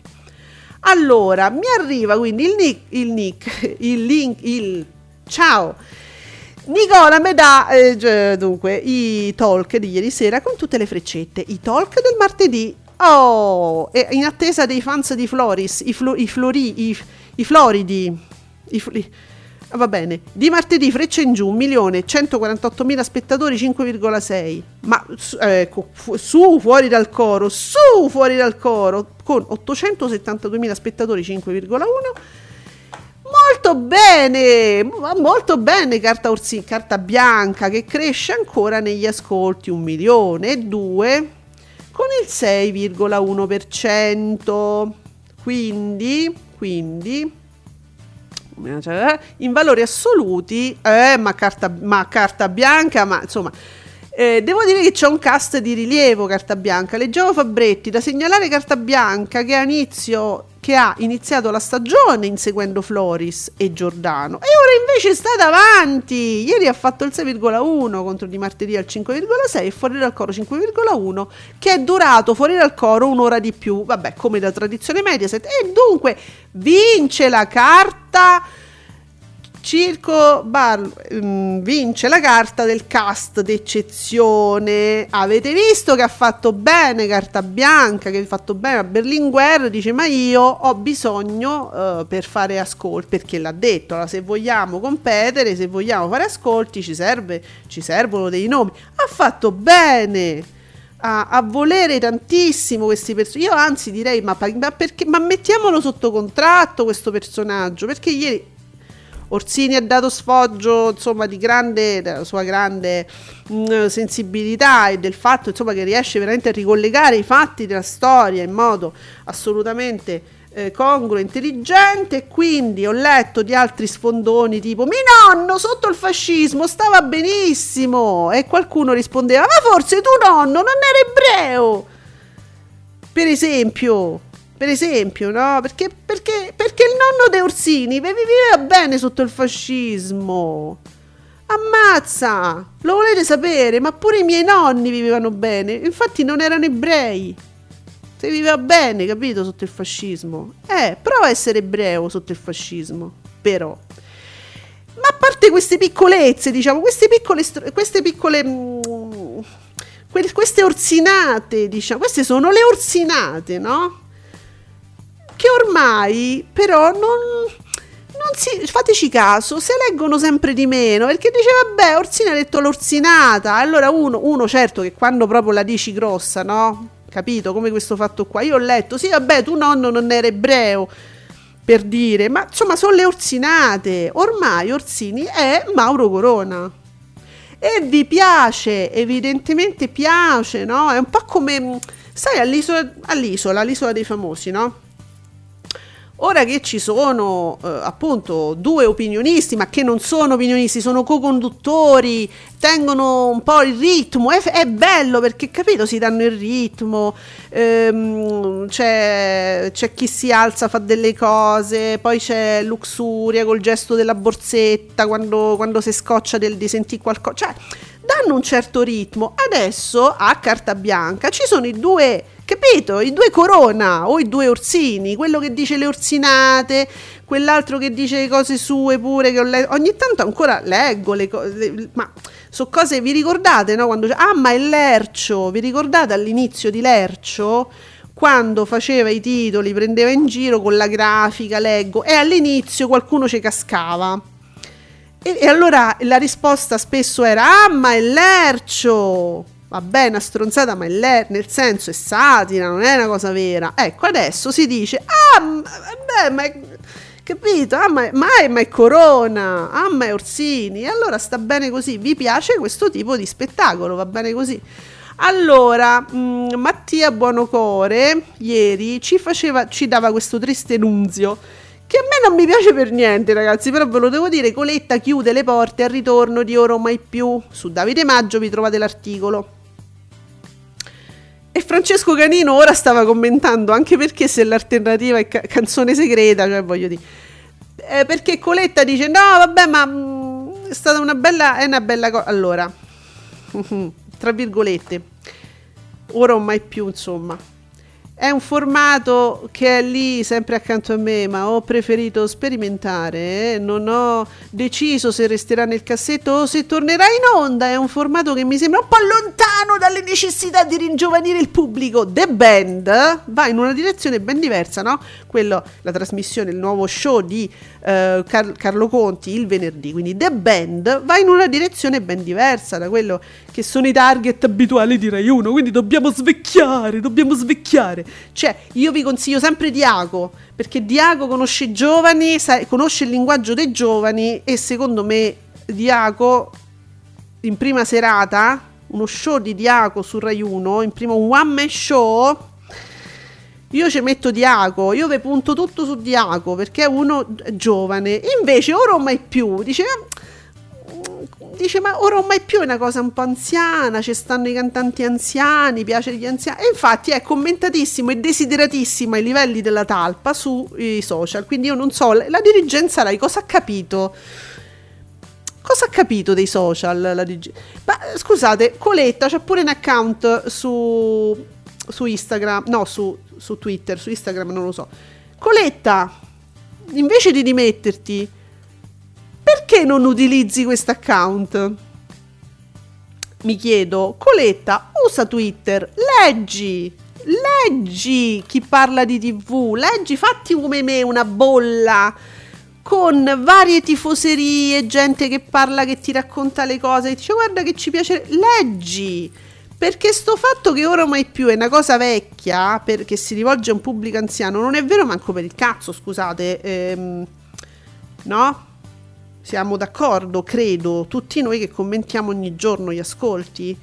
Allora mi arriva quindi il nick, il nick, il link, il ciao Nicola mi dà eh, dunque i talk di ieri sera con tutte le freccette, i talk del martedì. Oh, e in attesa dei fans di Floris, i, flo, i flori, i, i floridi, i flori. Va bene, di martedì freccia in giù, un milione centoquarantottomila spettatori, cinque virgola sei, ma ecco, fu, su fuori dal coro, su fuori dal coro, con ottocentosettantaduemila spettatori, cinque virgola uno, molto bene, molto bene Carta Orsini, Carta Bianca, che cresce ancora negli ascolti, un milione e due, con il sei virgola uno per cento, quindi, quindi... in valori assoluti eh, ma, carta, ma carta bianca ma insomma eh, devo dire che c'è un cast di rilievo. Carta Bianca, leggevo Fabretti, da segnalare Carta Bianca che ha, inizio, che ha iniziato la stagione inseguendo Floris e Giordano e ora invece sta davanti. Ieri ha fatto il sei virgola uno contro di martedì al cinque virgola sei e fuori dal coro cinque virgola uno, che è durato fuori dal coro un'ora di più, vabbè, come da tradizione Mediaset, e dunque vince la carta Circo Bar, um, vince la carta del cast d'eccezione. Avete visto che ha fatto bene Carta Bianca, che ha fatto bene a Berlinguer, dice ma io ho bisogno uh, per fare ascolti, perché l'ha detto, allora, se vogliamo competere, se vogliamo fare ascolti ci serve, ci servono dei nomi. Ha fatto bene a, a volere tantissimo questi personaggi. Io anzi direi ma, ma perché, ma mettiamolo sotto contratto questo personaggio, perché ieri Orsini ha dato sfoggio, insomma, di grande, della sua grande mh, sensibilità e del fatto, insomma, che riesce veramente a ricollegare i fatti della storia in modo assolutamente eh, congruo e intelligente. E quindi ho letto di altri sfondoni tipo mio nonno sotto il fascismo stava benissimo, e qualcuno rispondeva ma forse tuo nonno non era ebreo, per esempio. Per esempio, no? Perché, perché, perché il nonno De Orsini viveva bene sotto il fascismo. Ammazza! Lo volete sapere? Ma pure i miei nonni vivevano bene. Infatti non erano ebrei. Si viveva bene, capito? Sotto il fascismo. Eh, prova a essere ebreo sotto il fascismo. Però. Ma a parte queste piccolezze, diciamo, queste piccole... Queste piccole... Mm, queste orsinate, diciamo. Queste sono le orsinate, no? Che ormai però non, non si, fateci caso, se leggono sempre di meno, perché dice vabbè Orsini ha detto l'orsinata, allora uno, uno certo che quando proprio la dici grossa, no? Capito? Come questo fatto qua, io ho letto sì vabbè tu nonno non era ebreo, per dire, ma insomma sono le orsinate, ormai Orsini è Mauro Corona. E vi piace, evidentemente piace, no? È un po' come, sai, all'isola, all'isola, l'isola dei famosi, no? Ora che ci sono eh, appunto due opinionisti, ma che non sono opinionisti, sono co-conduttori, tengono un po' il ritmo, è, è bello perché, capito, si danno il ritmo, ehm, c'è, c'è chi si alza, fa delle cose, poi c'è Luxuria col gesto della borsetta quando, quando si scoccia del, di sentire qualcosa, cioè danno un certo ritmo. Adesso a carta bianca ci sono i due, capito? I due Corona o i due Orsini, quello che dice le orsinate, quell'altro che dice le cose sue pure, che ho letto. Ogni tanto ancora leggo le cose, ma sono cose, vi ricordate, no? Quando ah, ma è Lercio, vi ricordate all'inizio di Lercio? Quando faceva i titoli, prendeva in giro con la grafica, leggo, e all'inizio qualcuno ci cascava. E, e allora la risposta spesso era, ah, ma è Lercio! Vabbè, una stronzata, ma è lei, nel senso è satira, non è una cosa vera. Ecco, adesso si dice, ah, vabbè, ma è, capito? Ah, ma, ma, è, ma è Corona, ah, ma è Orsini. E allora sta bene così, vi piace questo tipo di spettacolo, va bene così. Allora, mh, Mattia Buonocore ieri ci faceva, ci dava questo triste nunzio, che a me non mi piace per niente, ragazzi, però ve lo devo dire. Coletta chiude le porte al ritorno di Ora o Mai Più. Su Davide Maggio vi trovate l'articolo. E Francesco Canino ora stava commentando, anche perché se l'alternativa è ca- canzone segreta, cioè voglio dire, eh, perché Coletta dice no vabbè ma mh, è stata una bella, è una bella cosa, allora tra virgolette, Ora o Mai Più, insomma è un formato che è lì sempre accanto a me, ma ho preferito sperimentare, eh? Non ho deciso se resterà nel cassetto o se tornerà in onda. È un formato che mi sembra un po' lontano dalle necessità di ringiovanire il pubblico. The Band va in una direzione ben diversa, no? Quello, la trasmissione, il nuovo show di uh, Car- Carlo Conti il venerdì, quindi The Band va in una direzione ben diversa da quello che sono i target abituali di Rai uno, quindi dobbiamo svecchiare, dobbiamo svecchiare. Cioè, io vi consiglio sempre Diaco, perché Diaco conosce i giovani, sa, conosce il linguaggio dei giovani, e secondo me Diaco in prima serata, uno show di Diaco su Rai uno, in primo un one man show, io ci metto Diaco, io ve punto tutto su Diaco perché è uno giovane. Invece Ora o Mai Più dice dice ma Ora o Mai Più è una cosa un po' anziana, ci stanno i cantanti anziani, piace gli anziani, e infatti è commentatissimo e desideratissimo ai livelli della talpa sui social. Quindi io non so, la dirigenza Rai cosa ha capito cosa ha capito dei social, la dig- ma scusate, Coletta c'ha pure un account su su Instagram, no su, su Twitter, su Instagram non lo so. Coletta, invece di dimetterti, perché non utilizzi questo account? Mi chiedo. Coletta, usa Twitter, leggi, leggi chi parla di tivù, leggi, fatti come me una bolla con varie tifoserie, gente che parla, che ti racconta le cose, che dice guarda che ci piace, leggi, perché sto fatto che Ora o Mai Più è una cosa vecchia, perché si rivolge a un pubblico anziano, non è vero manco per il cazzo, scusate, ehm, no? Siamo d'accordo, credo, tutti noi che commentiamo ogni giorno gli ascolti.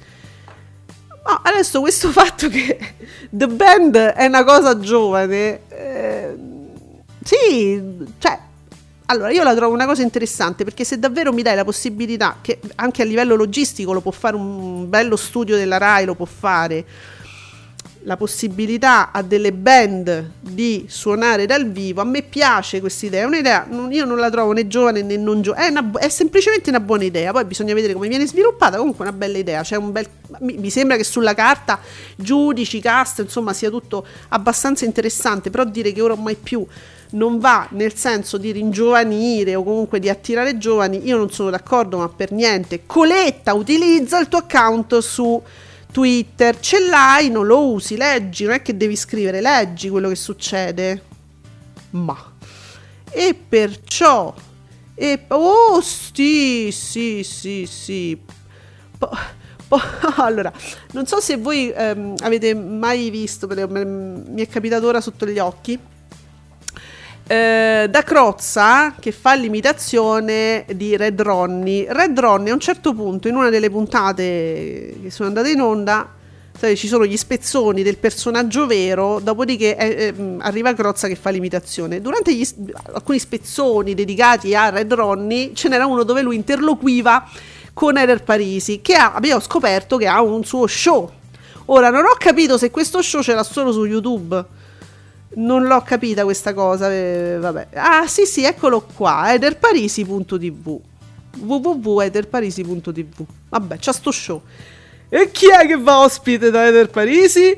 Ma adesso questo fatto che The Band è una cosa giovane, eh, sì, cioè, allora io la trovo una cosa interessante, perché se davvero mi dai la possibilità, che anche a livello logistico lo può fare un bello studio della Rai, lo può fare, la possibilità a delle band di suonare dal vivo, a me piace questa idea, è un'idea, io non la trovo né giovane né non giovane, è, una, è semplicemente una buona idea, poi bisogna vedere come viene sviluppata, comunque è una bella idea, c'è un bel, mi, mi sembra che sulla carta giudici, cast, insomma sia tutto abbastanza interessante, però dire che Ora o Mai Più non va nel senso di ringiovanire o comunque di attirare giovani, io non sono d'accordo, ma per niente. Coletta, utilizza il tuo account su Twitter, ce l'hai, non lo usi, leggi, non è che devi scrivere, leggi quello che succede. Ma e perciò e oh sì sì sì sì po, po, allora non so se voi ehm, avete mai visto, mi è capitato ora sotto gli occhi, eh, da Crozza che fa l'imitazione di Red Ronnie. Red Ronnie a un certo punto, in una delle puntate che sono andate in onda, sai, ci sono gli spezzoni del personaggio vero, dopodiché eh, eh, arriva Crozza che fa l'imitazione. Durante gli, alcuni spezzoni dedicati a Red Ronnie ce n'era uno dove lui interloquiva con Eder Parisi, che ha, abbiamo scoperto che ha un suo show. Ora non ho capito se questo show c'era solo su YouTube, non l'ho capita questa cosa, eh, vabbè. Ah sì sì, eccolo qua, ederparisi punto tv, w w w punto ederparisi punto tv. Vabbè, c'ha sto show. E chi è che va ospite da Eder Parisi?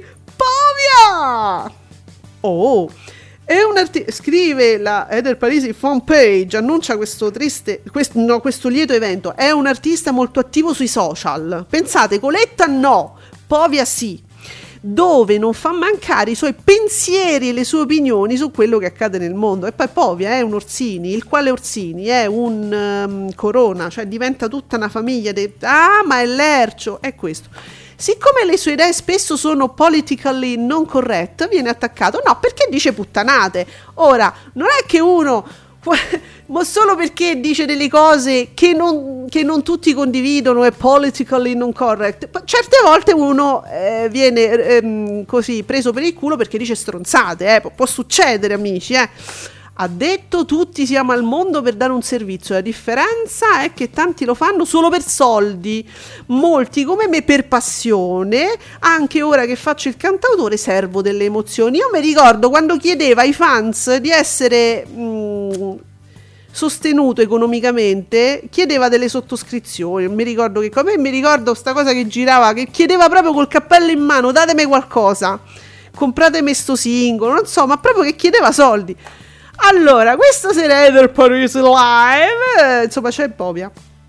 Povia! Oh, è un artista, scrive la Eder Parisi fan page, annuncia questo triste, questo, no, questo lieto evento. È un artista molto attivo sui social. Pensate, Coletta no, Povia sì, dove non fa mancare i suoi pensieri e le sue opinioni su quello che accade nel mondo. E poi Povia è un Orsini, il quale Orsini è un um, Corona, cioè diventa tutta una famiglia de- ah ma è Lercio, è questo. Siccome le sue idee spesso sono politically non correct, viene attaccato, no, perché dice puttanate. Ora, non è che uno ma solo perché dice delle cose che non, che non tutti condividono, è politically non correct, certe volte uno eh, viene ehm, così preso per il culo perché dice stronzate, eh. Pu- può succedere, amici, eh. Ha detto tutti siamo al mondo per dare un servizio, la differenza è che tanti lo fanno solo per soldi, molti come me per passione. Anche ora che faccio il cantautore servo delle emozioni. Io mi ricordo quando chiedeva ai fans di essere mh, sostenuto economicamente, chiedeva delle sottoscrizioni. Mi ricordo che come mi ricordo sta cosa che girava, che chiedeva proprio col cappello in mano, datemi qualcosa, compratemi sto singolo, non so, ma proprio che chiedeva soldi. Allora, questa sera Eder Parisi Live, insomma c'è Povia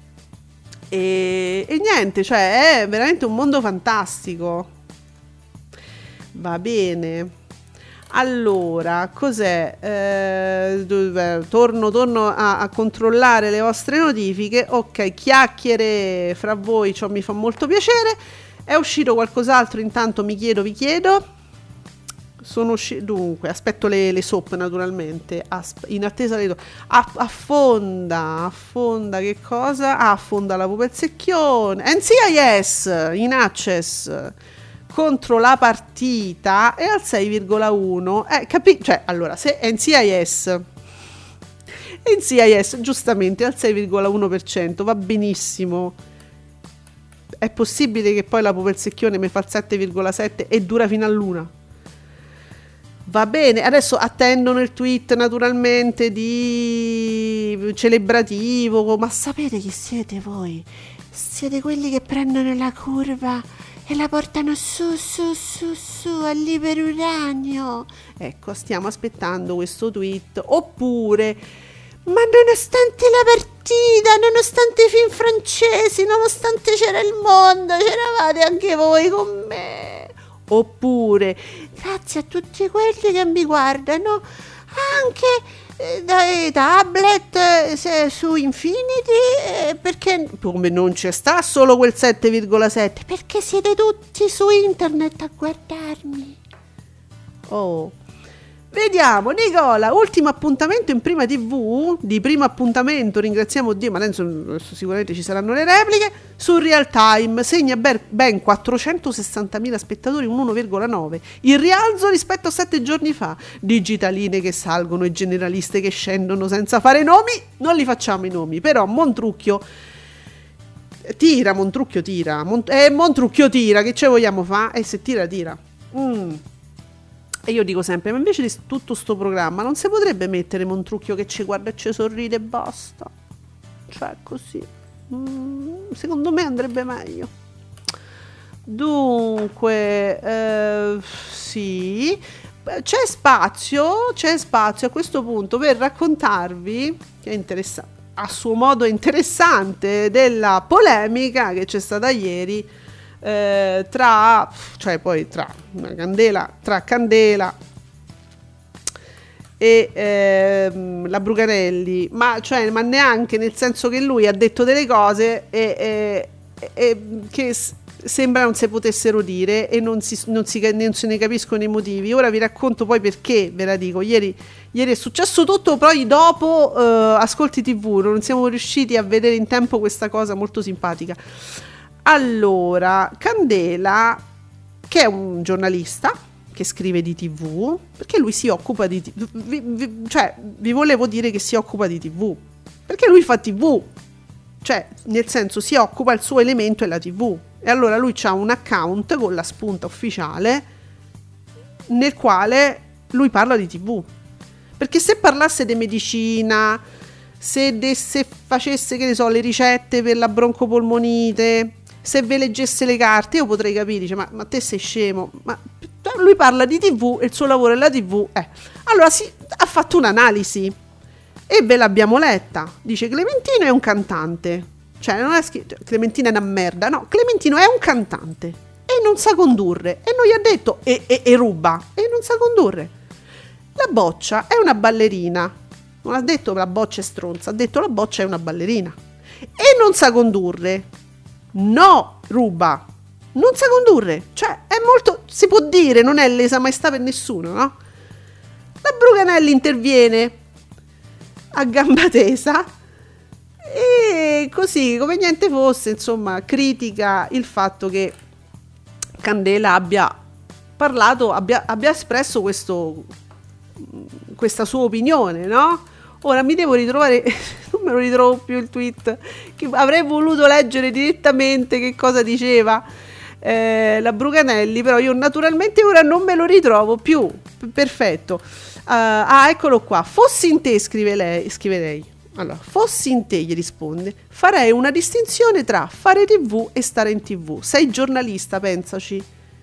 e, e niente, cioè è veramente un mondo fantastico. Va bene. Allora, cos'è? Eh, torno torno a, a controllare le vostre notifiche. Ok, chiacchiere fra voi, ciò mi fa molto piacere. È uscito qualcos'altro? Intanto mi chiedo, vi chiedo. Sono uscito, dunque, aspetto le, le soap naturalmente, Asp- in attesa le do- a- affonda, affonda che cosa? Ah, affonda la pupa il secchione. N C I S in access contro la partita è al sei virgola uno. Eh, capi- cioè, allora, se N C I S N C I S giustamente al sei virgola uno per cento va benissimo. È possibile che poi la pupa il secchione mi fa il sette virgola sette e dura fino all'una? Va bene, adesso attendono il tweet naturalmente di celebrativo, ma sapete chi siete voi? Siete quelli che prendono la curva e la portano su su su su all'iperuranio. Ecco, stiamo aspettando questo tweet. Oppure, ma nonostante la partita, nonostante i film francesi, nonostante c'era il mondo, c'eravate anche voi con me. Oppure, grazie a tutti quelli che mi guardano anche eh, dai tablet eh, se, su Infinity, eh, perché come non c'è sta solo quel sette virgola sette, perché siete tutti su internet a guardarmi. Oh, vediamo, Nicola, ultimo appuntamento in Prima tivù, di primo appuntamento, ringraziamo Dio, ma adesso sicuramente ci saranno le repliche, su Real Time, segna ben quattrocentosessantamila spettatori, un uno virgola nove, il rialzo rispetto a sette giorni fa, digitaline che salgono e generaliste che scendono senza fare nomi, non li facciamo i nomi, però Montrucchio tira, Montrucchio tira, Mont- eh, Montrucchio tira, che ce vogliamo fa? E eh, se tira, tira. Mm. E io dico sempre, ma invece di tutto sto programma non si potrebbe mettere Montrucchio che ci guarda e ci sorride e basta? Cioè così, mm, secondo me andrebbe meglio. Dunque, eh, sì, c'è spazio, c'è spazio a questo punto per raccontarvi, che è interessante, a suo modo interessante, della polemica che c'è stata ieri Eh, tra cioè poi tra una candela tra Candela e ehm, la Bruganelli, ma cioè ma neanche, nel senso che lui ha detto delle cose e, e eh, che s- sembra non si potessero dire e non, si, non, si, non se ne capiscono i motivi. Ora vi racconto poi perché, ve la dico. Ieri, ieri è successo tutto, poi dopo eh, Ascolti tivù, non siamo riusciti a vedere in tempo questa cosa molto simpatica. Allora, Candela, che è un giornalista che scrive di tivù, perché lui si occupa di tivù, vi, vi, cioè vi volevo dire che si occupa di tivù, perché lui fa tivù, cioè nel senso si occupa, il suo elemento è la tivù, e allora lui c'ha un account con la spunta ufficiale nel quale lui parla di tivù, perché se parlasse di medicina, se, de, se facesse, che ne so, le ricette per la broncopolmonite, se ve leggesse le carte, io potrei capire, dice, ma, ma te sei scemo, ma lui parla di tivù e il suo lavoro è la tivù, eh. Allora si, ha fatto un'analisi e ve l'abbiamo letta. Dice Clementino è un cantante, cioè non è scritto Clementina è una merda, no, Clementino è un cantante e non sa condurre, e non gli ha detto e, e, e ruba, e non sa condurre. La Boccia è una ballerina, non ha detto la Boccia è stronza, ha detto la Boccia è una ballerina e non sa condurre, no, ruba, non sa condurre, cioè è molto, si può dire, non è lesa maestà per nessuno, no? La Bruganelli interviene a gamba tesa e così, come niente fosse, insomma, critica il fatto che Candela abbia parlato, abbia, abbia espresso questo, questa sua opinione, no? Ora mi devo ritrovare, non me lo ritrovo più il tweet, che avrei voluto leggere direttamente che cosa diceva eh, la Bruganelli, però io naturalmente ora non me lo ritrovo più. P- perfetto. Uh, ah, eccolo qua. Fossi in te, scrive lei, scrive lei. Allora, fossi in te, gli risponde, farei una distinzione tra fare tivù e stare in tivù. Sei giornalista, pensaci.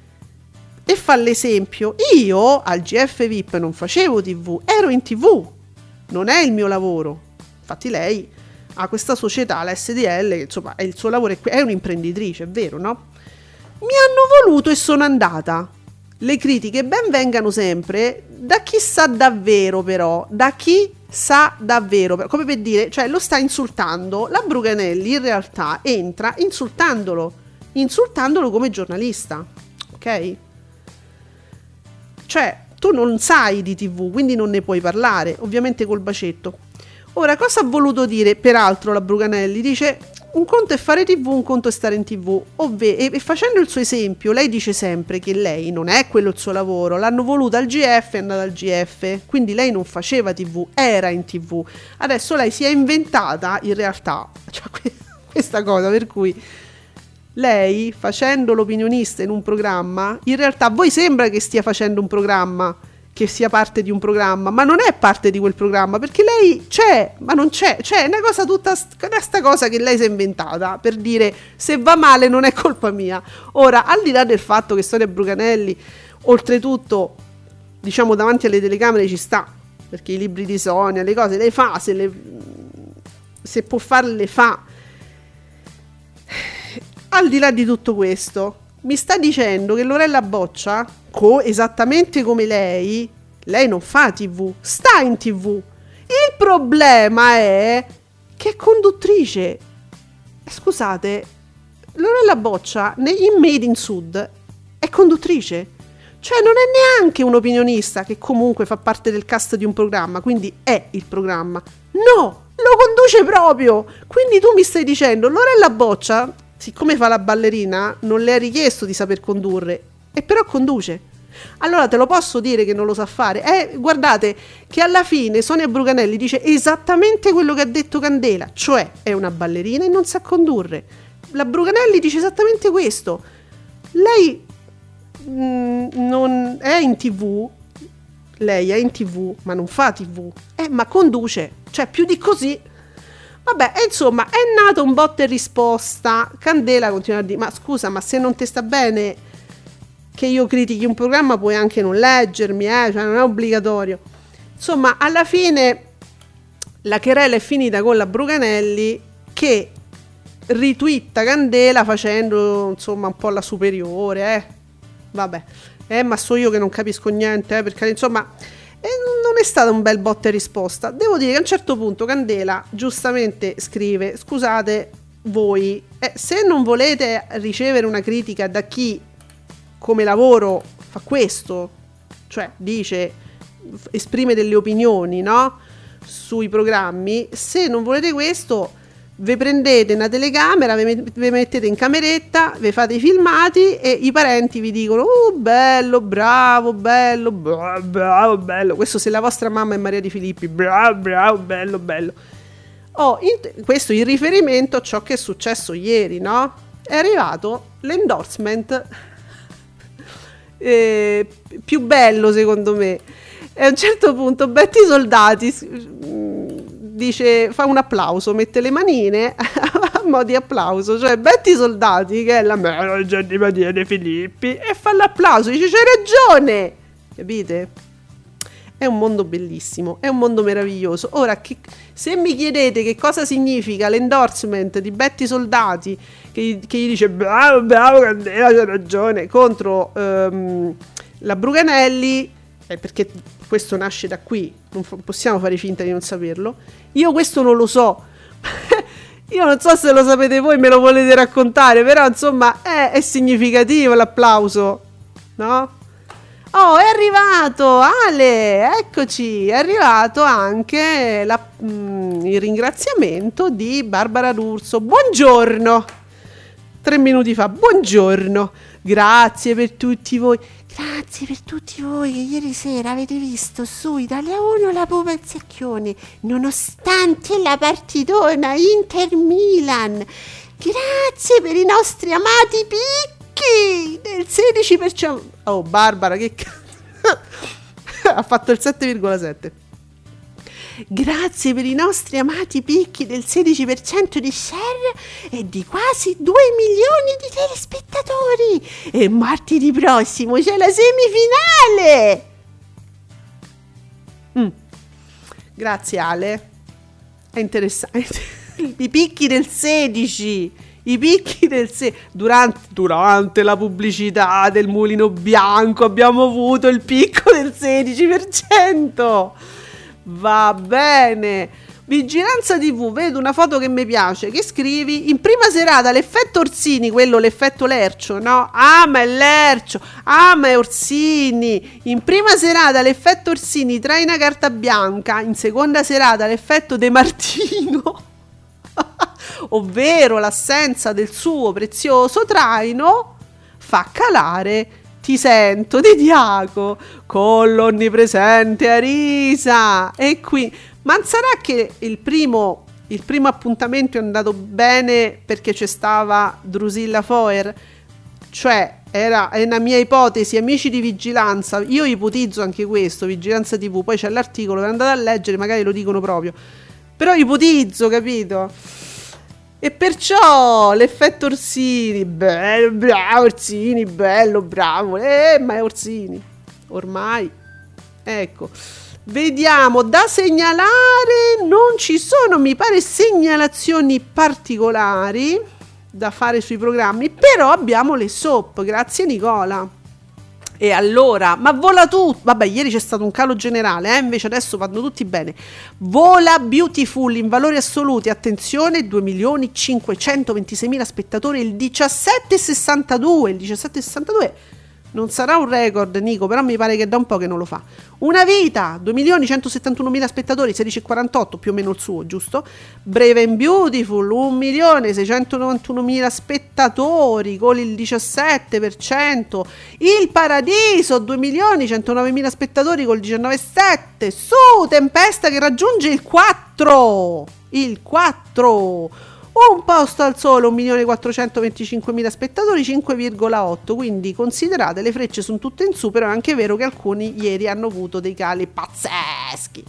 E fa l'esempio, io al G F V I P non facevo tivù, ero in tivù. Non è il mio lavoro. Infatti lei ha questa società, la S D L, che insomma è il suo lavoro, è un'imprenditrice, è vero, no? Mi hanno voluto e sono andata. Le critiche ben vengano sempre da chi sa davvero, però, da chi sa davvero, come per dire, cioè lo sta insultando. La Bruganelli in realtà entra insultandolo, insultandolo come giornalista, ok? Cioè tu non sai di tivù, quindi non ne puoi parlare, ovviamente col bacetto. Ora, cosa ha voluto dire, peraltro, la Bruganelli? Dice, un conto è fare tivù, un conto è stare in tivù. Ovve- e, e facendo il suo esempio, lei dice sempre che lei non è quello il suo lavoro, l'hanno voluta al G F, è andata al G F, quindi lei non faceva tivù, era in tivù. Adesso lei si è inventata, in realtà, cioè, questa cosa, per cui lei, facendo l'opinionista in un programma, in realtà a voi sembra che stia facendo un programma, che sia parte di un programma, ma non è parte di quel programma, perché lei c'è, ma non c'è, c'è una cosa tutta, questa cosa che lei si è inventata per dire se va male non è colpa mia. Ora, al di là del fatto che Sonia Bruganelli, oltretutto, diciamo davanti alle telecamere ci sta, perché i libri di Sonia, le cose le fa, se, le, se può farle le fa. Al di là di tutto questo, mi sta dicendo che Lorella Boccia, co- esattamente come lei, lei non fa tivù, sta in tivù. Il problema è che è conduttrice. Scusate, Lorella Boccia in Made in Sud è conduttrice. Cioè non è neanche un opinionista che comunque fa parte del cast di un programma, quindi è il programma. No, lo conduce proprio. Quindi tu mi stai dicendo, Lorella Boccia, siccome fa la ballerina, non le ha richiesto di saper condurre, e però conduce. Allora te lo posso dire che non lo sa fare? Eh, guardate che alla fine Sonia Bruganelli dice esattamente quello che ha detto Candela, cioè è una ballerina e non sa condurre. La Bruganelli dice esattamente questo. Lei mh, non è in tivù, lei è in tivù, ma non fa tivù, eh, ma conduce, cioè più di così. Vabbè, insomma, è nato un botta e risposta. Candela continua a dire, ma scusa, ma se non ti sta bene che io critichi un programma puoi anche non leggermi, eh? Cioè non è obbligatorio. Insomma, alla fine la querela è finita con la Bruganelli che ritwitta Candela facendo, insomma, un po' la superiore, eh? Vabbè, eh, ma so io che non capisco niente, eh? Perché, insomma... E non è stato un bel botta e risposta. Devo dire che a un certo punto Candela giustamente scrive: scusate, voi, eh, se non volete ricevere una critica da chi come lavoro fa questo, cioè dice, esprime delle opinioni, no, sui programmi, se non volete questo, vi prendete una telecamera, vi mettete in cameretta, vi fate i filmati e i parenti vi dicono oh bello, bravo, bello, bravo, bravo, bello. Questo se la vostra mamma è Maria Di Filippi, bravo, bravo, bello, bello. Oh, in, questo in riferimento a ciò che è successo ieri, no? È arrivato l'endorsement eh, più bello secondo me. E a un certo punto Betty Soldati dice, fa un applauso, mette le manine a mo' di applauso, cioè Betty Soldati, che è la manager di Maria De Filippi, e fa l'applauso, dice c'hai ragione, capite? È un mondo bellissimo, è un mondo meraviglioso. Ora, che, se mi chiedete che cosa significa l'endorsement di Betty Soldati, che, che gli dice bravo, bravo Candela, c'hai ragione, contro ehm, la Bruganelli, è perché questo nasce da qui, non f- possiamo fare finta di non saperlo. Io questo non lo so. Io non so se lo sapete voi, me lo volete raccontare, però insomma è, è significativo l'applauso, no? Oh, è arrivato Ale, eccoci, è arrivato anche la, mm, il ringraziamento di Barbara D'Urso. Buongiorno, tre minuti fa, buongiorno, grazie per tutti voi. Grazie per tutti voi che ieri sera avete visto su Italia uno la Pupa e Zacchione, nonostante la partitona Inter-Milan. Grazie per i nostri amati picchi del sedici per cento. Oh Barbara, che cazzo, ha fatto il sette virgola sette. Grazie per i nostri amati picchi del sedici per cento di share e di quasi due milioni di telespettatori. E martedì prossimo c'è la semifinale. Mm. Grazie Ale, è interessante. I picchi del sedici, i picchi del sedici. Durante, durante la pubblicità del Mulino Bianco abbiamo avuto il picco del sedici per cento. Va bene. Vigilanza tivù, vedo una foto che mi piace, che scrivi in prima serata l'effetto Orsini, quello l'effetto Lercio, no? Ah ma è Lercio, ah ma è Orsini. In prima serata l'effetto Orsini traina carta bianca, in seconda serata l'effetto De Martino ovvero l'assenza del suo prezioso traino fa calare Ti sento di Diaco con l'onnipresente Arisa. E qui, ma sarà che il primo, il primo appuntamento è andato bene perché c'è stava Drusilla Foer? Cioè, era, è una mia ipotesi, amici di vigilanza, io ipotizzo anche questo, Vigilanza tivù, poi c'è l'articolo, per andare a leggere, magari lo dicono proprio, però ipotizzo, capito? E perciò l'effetto Orsini, bello, bravo Orsini, bello, bravo, eh, ma è Orsini, ormai, ecco. Vediamo, da segnalare non ci sono, mi pare, segnalazioni particolari da fare sui programmi, però abbiamo le soap, grazie Nicola. E allora, ma vola tutto, vabbè, ieri c'è stato un calo generale, eh? Invece adesso vanno tutti bene. Vola Beautiful in valori assoluti, attenzione, due milioni cinquecentoventiseimila spettatori, il diciassette virgola sessantadue, il diciassette virgola sessantadue non sarà un record, Nico, però mi pare che da un po' che non lo fa. Una vita, due milioni centosettantunomila spettatori, sedici virgola quarantotto, più o meno il suo, giusto? Brave and Beautiful, un milione seicentonovantunomila spettatori, con il diciassette per cento. Il Paradiso, due milioni centonovemila spettatori, col diciannove virgola sette. Su, Tempesta che raggiunge il quattro, il quattro. Un posto al sole, un milione quattrocentoventicinquemila spettatori, cinque virgola otto. Quindi considerate, le frecce sono tutte in su, però è anche vero che alcuni ieri hanno avuto dei cali pazzeschi.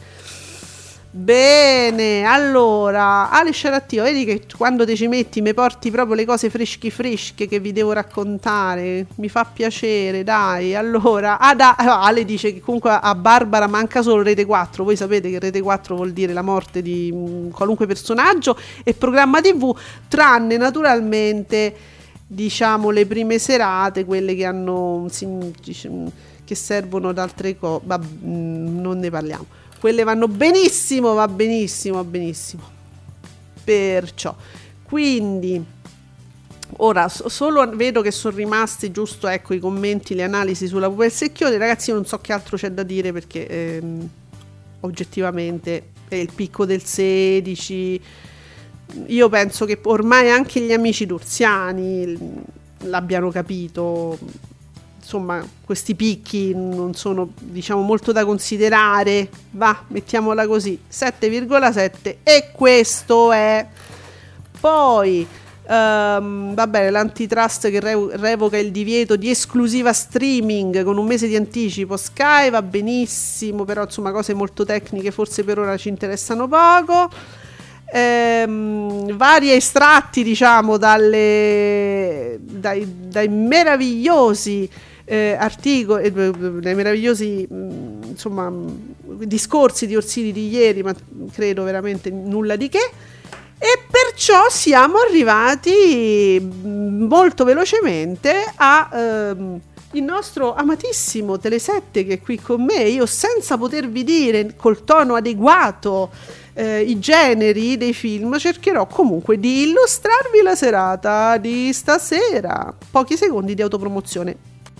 Bene, allora Ale Sciarattivo, vedi che quando te ci metti mi porti proprio le cose freschi fresche che vi devo raccontare, mi fa piacere, dai. Allora, ah, da, Ale dice che comunque a Barbara manca solo Rete quattro, voi sapete che Rete quattro vuol dire la morte di mh, qualunque personaggio e programma tivù, tranne naturalmente, diciamo, le prime serate, quelle che hanno che servono ad altre cose, ma non ne parliamo. Quelle vanno benissimo, va benissimo, va benissimo. Perciò, Quindi ora so, solo vedo che sono rimasti giusto, ecco, i commenti, le analisi sulla Pupa e il Secchione. Ragazzi, io non so che altro c'è da dire, perché ehm, oggettivamente è il picco del sedici. Io penso che ormai anche gli amici d'Urziani l'abbiano capito. Insomma, questi picchi non sono, diciamo, molto da considerare. Va, mettiamola così, sette virgola sette, e questo è. Poi um, va bene, l'antitrust che re- revoca il divieto di esclusiva streaming con un mese di anticipo. Sky va benissimo, però insomma cose molto tecniche forse per ora ci interessano poco. Ehm, vari estratti, diciamo, dalle, dai, dai meravigliosi eh, articoli, eh, dai meravigliosi mh, insomma mh, discorsi di Orsini di ieri, ma credo veramente nulla di che. E perciò siamo arrivati molto velocemente a ehm, il nostro amatissimo Telesette, che è qui con me. Io, senza potervi dire col tono adeguato eh, i generi dei film, cercherò comunque di illustrarvi la serata di stasera. Pochi secondi di autopromozione.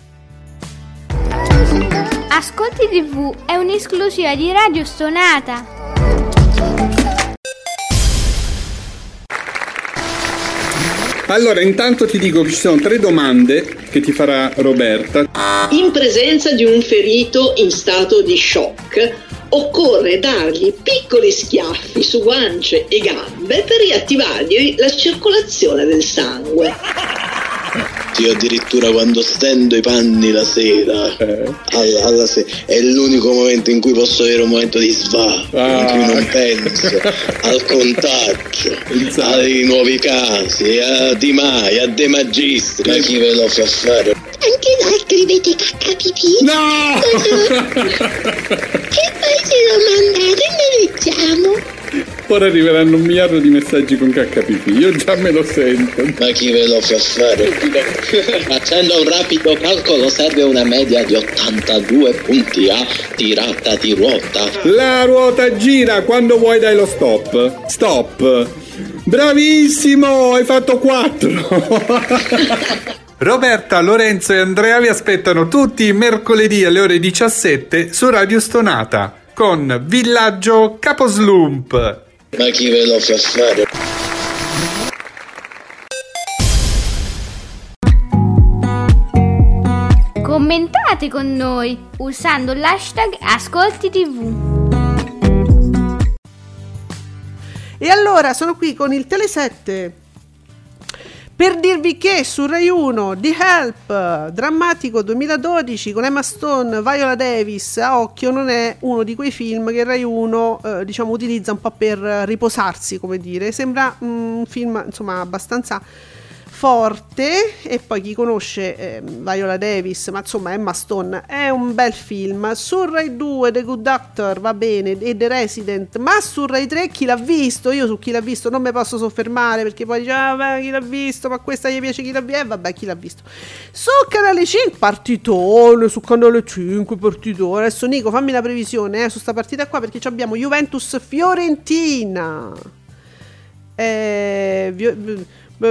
Ascolti tivù è un'esclusiva di Radio Stonata. Allora, intanto ti dico che ci sono tre domande che ti farà Roberta. In presenza di un ferito in stato di shock, occorre dargli piccoli schiaffi su guance e gambe per riattivargli la circolazione del sangue. Io addirittura quando stendo i panni la sera, eh. alla, alla sera, è l'unico momento in cui posso avere un momento di svago, ah. in cui non penso al contagio, ai nuovi casi, a Di Maio, a De Magistri. Ma chi ve lo fa fare? Anche voi scrivete cacca pipì? No! E poi ce lo mandate e ne leggiamo. Ora arriveranno un miliardo di messaggi con cacca pipì, io già me lo sento. Ma chi ve lo fa fare? Facendo un rapido calcolo serve una media di ottantadue punti a tirata di ruota. La ruota gira, quando vuoi dai lo stop. Stop. Bravissimo, hai fatto quattro. Roberta, Lorenzo e Andrea vi aspettano tutti i mercoledì alle ore diciassette su Radio Stonata con Villaggio Caposlump. Ma chi ve lo fa fare? Commentate con noi usando l'hashtag Ascolti tivù. E allora sono qui con il Telesette per dirvi che su Rai uno The Help, drammatico duemiladodici con Emma Stone, Viola Davis, a occhio non è uno di quei film che Rai uno eh, diciamo utilizza un po' per riposarsi, come dire. Sembra un film insomma abbastanza forte, e poi chi conosce eh, Viola Davis, ma insomma Emma Stone, è un bel film. Su Rai due The Good Doctor va bene, e The Resident, ma su Rai tre chi l'ha visto? Io su chi l'ha visto non mi posso soffermare, perché poi dice ah, beh, chi l'ha visto, ma questa gli piace chi l'ha visto, eh vabbè, chi l'ha visto. Su Canale cinque partitone, su Canale cinque partitone. Adesso Nico fammi la previsione eh, su sta partita qua, perché abbiamo Juventus Fiorentina eh, vi-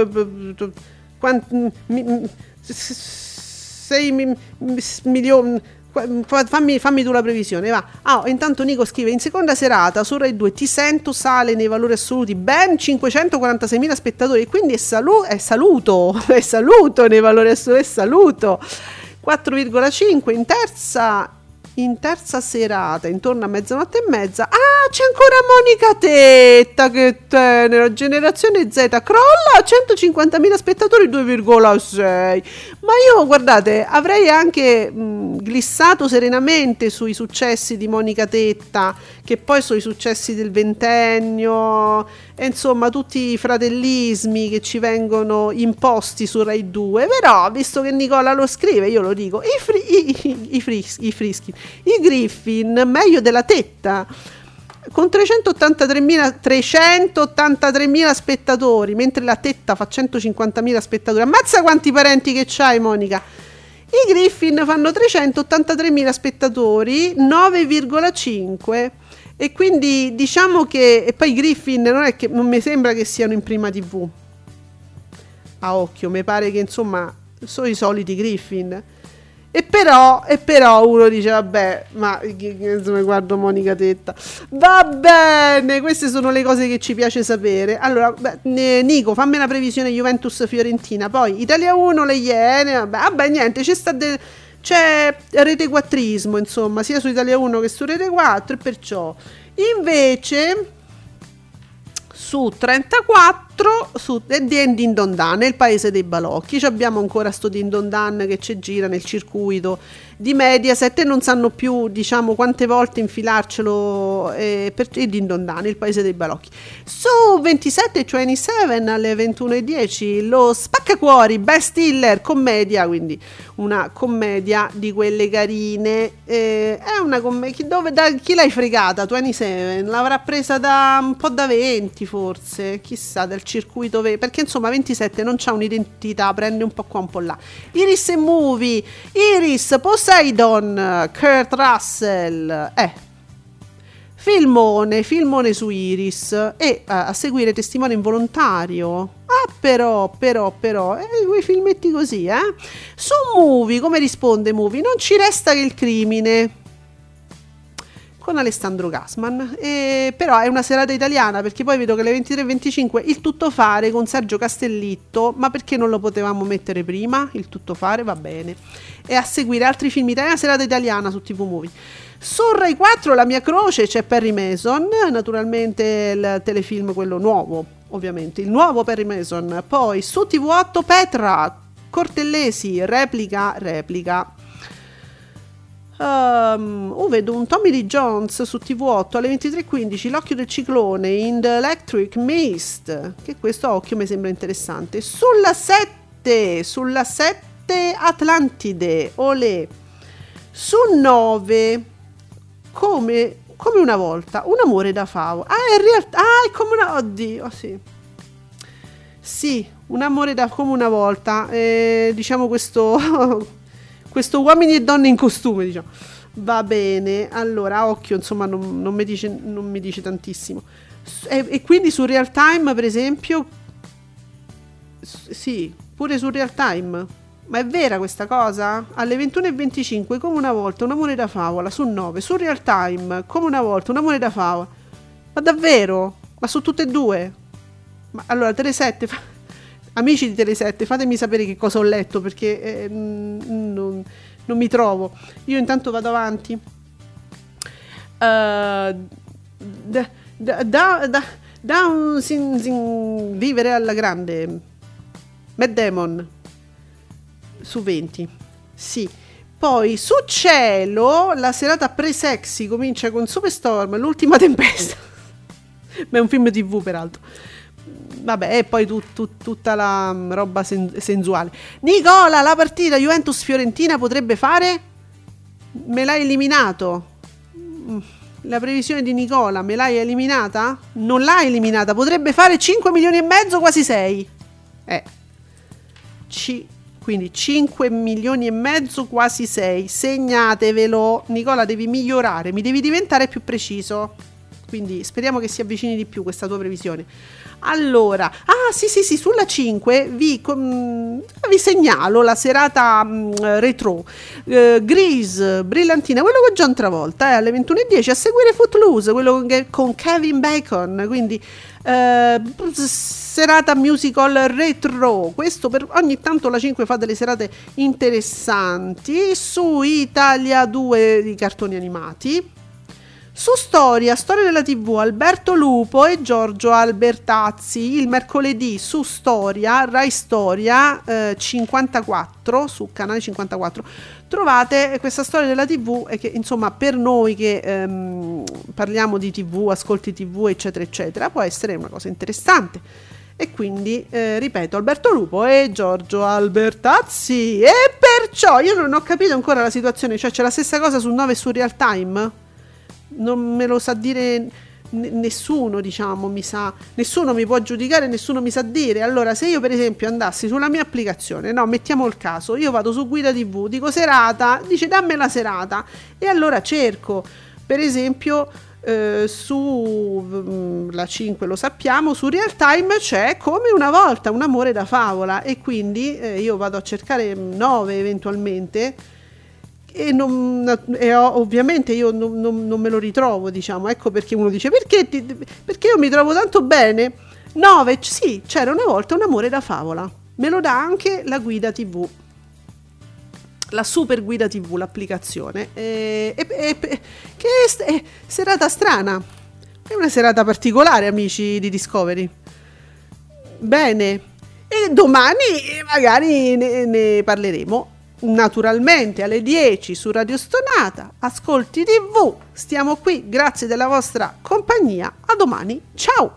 sei milioni. Fammi, fammi tu la previsione, va. Ah, intanto Nico scrive: in seconda serata su Rai due Ti sento sale nei valori assoluti, ben cinquecentoquarantaseimila spettatori, quindi è, salu- è saluto è saluto nei valori assoluti, è saluto quattro virgola cinque. In terza in terza serata, intorno a mezzanotte e mezza, ah, c'è ancora Monica Tetta, che tenera, Generazione Z crolla a centocinquantamila spettatori, due virgola sei. Ma io, guardate, avrei anche mh, glissato serenamente sui successi di Monica Tetta, che poi sono i successi del ventennio, e insomma tutti i fratellismi che ci vengono imposti su Rai due. Però, visto che Nicola lo scrive, io lo dico, i, fri- i, i, i, frischi, i frischi i Griffin meglio della Tetta, con trecentottantatremila spettatori, mentre la Tetta fa centocinquantamila spettatori. Ammazza quanti parenti che c'hai, Monica. I Griffin fanno trecentottantatremila spettatori, nove virgola cinque, e quindi diciamo che, e poi i Griffin non è che non mi sembra che siano in Prima tivù, a occhio, mi pare che insomma sono i soliti Griffin. E però, e però uno dice vabbè, ma insomma, guardo Monica Tetta, va bene, queste sono le cose che ci piace sapere. Allora beh, Nico, fammi una previsione Juventus-Fiorentina, poi Italia uno, le Iene, vabbè, vabbè niente, c'è sta de- c'è retequattrismo insomma, sia su Italia uno che su Rete quattro, e perciò invece su trentaquattro su Din Don Dan, il paese dei balocchi, ci abbiamo ancora sto Din Don Dan che ci gira nel circuito di Mediaset e non sanno più, diciamo, quante volte infilarcelo, eh, per il Din Don Dan, il paese dei balocchi. Su ventisette ventisette alle ventuno e dieci lo Spaccacuori, Ben Stiller, commedia, quindi una commedia di quelle carine, eh, è una commedia dove da chi l'hai fregata? ventisette l'avrà presa da un po' da venti forse, chissà, dal circuito ve- perché insomma ventisette non c'ha un'identità, prende un po' qua un po' là. Iris e Movie, Iris, Poseidon, Kurt Russell, eh filmone, filmone su Iris, e uh, a seguire Testimone involontario. Ah però, però, però, eh, quei filmetti così, eh. Su Movie, come risponde Movie? Non ci resta che il crimine, con Alessandro Gassman, e però è una serata italiana, perché poi vedo che alle ventitré e venticinque Il tuttofare con Sergio Castellitto, ma perché non lo potevamo mettere prima? Il tuttofare va bene. E a seguire altri film italiani, serata italiana su T V Movie. Su Rai quattro La mia croce c'è Perry Mason, naturalmente il telefilm quello nuovo, ovviamente, il nuovo Perry Mason. Poi su T V otto Petra Cortellesi, replica, replica. Um, oh, vedo un Tommy Lee Jones su T V otto alle ventitré e quindici, L'occhio del ciclone in The Electric Mist, che questo a occhio mi sembra interessante. Sulla sette, sulla sette Atlantide, olè. Su nove come, come una volta, Un amore da favo. Ah, in realtà, ah, è come una, oddio, oh, sì. Sì, Un amore da come una volta, eh, diciamo questo questo uomini e donne in costume, diciamo. Va bene, allora occhio, insomma non, non mi dice non mi dice tantissimo. E, e quindi su Real Time, per esempio, sì, pure su Real Time. Ma è vera questa cosa? Alle ventuno e venticinque come una volta, Un amore da favola, su nove, su Real Time come una volta, Un amore da favola. Ma davvero? Ma su tutte e due? Ma allora Telesette fa... Amici di Telesette, fatemi sapere che cosa ho letto, perché eh, non, non mi trovo. Io intanto vado avanti. Uh, da, da, da, da, da un sin, sin, vivere alla grande. Matt Damon su venti. Sì. Poi su Cielo la serata pre-sexy comincia con Superstorm, L'ultima tempesta. Ma è un film tivù peraltro. Vabbè, e poi tu, tu, tutta la roba sen- sensuale. Nicola, la partita Juventus-Fiorentina potrebbe fare? Me l'hai eliminato. La previsione di Nicola, me l'hai eliminata? Non l'hai eliminata, potrebbe fare cinque milioni e mezzo, quasi sei. Eh. C- quindi cinque milioni e mezzo, quasi sei. Segnatevelo. Nicola, devi migliorare, mi devi diventare più preciso. Quindi speriamo che si avvicini di più questa tua previsione. Allora, ah sì sì sì, sulla cinque vi, com, vi segnalo la serata mh, retro, eh, Grease, brillantina, quello con John Travolta, eh, alle ventuno e dieci, a seguire Footloose, quello con, con Kevin Bacon, quindi eh, serata musical retro. Questo per ogni tanto la cinque fa delle serate interessanti. Su Italia due di cartoni animati. Su Storia, Storia della tivù, Alberto Lupo e Giorgio Albertazzi. Il mercoledì su Storia, Rai Storia eh, cinquantaquattro, su canale cinquantaquattro, trovate questa storia della tivù, e che insomma per noi che ehm, parliamo di tivù, ascolti tivù eccetera eccetera, può essere una cosa interessante. E quindi eh, ripeto, Alberto Lupo e Giorgio Albertazzi. E perciò io non ho capito ancora la situazione, cioè c'è la stessa cosa su nove e su Real Time? Non me lo sa dire n- nessuno, diciamo, mi sa, nessuno mi può giudicare, nessuno mi sa dire. Allora, se io per esempio andassi sulla mia applicazione, no, mettiamo il caso, io vado su Guida tivù, dico serata, dice dammi la serata, e allora cerco per esempio eh, su la cinque lo sappiamo, su Real Time c'è Come una volta, un amore da favola, e quindi eh, io vado a cercare nove eventualmente e, non, e ovviamente io non, non, non me lo ritrovo, diciamo. Ecco perché uno dice perché, ti, perché io mi trovo tanto bene. Nove, sì, c'era una volta un amore da favola, me lo dà anche la guida tivù, la super guida tivù, l'applicazione, e, e, e, che è, è serata strana, è una serata particolare, amici di Discovery. Bene, e domani magari ne, ne parleremo naturalmente alle dieci su Radio Stonata. Ascolti tivù, stiamo qui, grazie della vostra compagnia, a domani, ciao.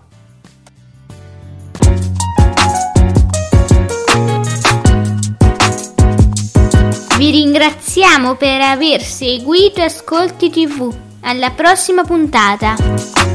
Vi ringraziamo per aver seguito Ascolti tivù. Alla prossima puntata.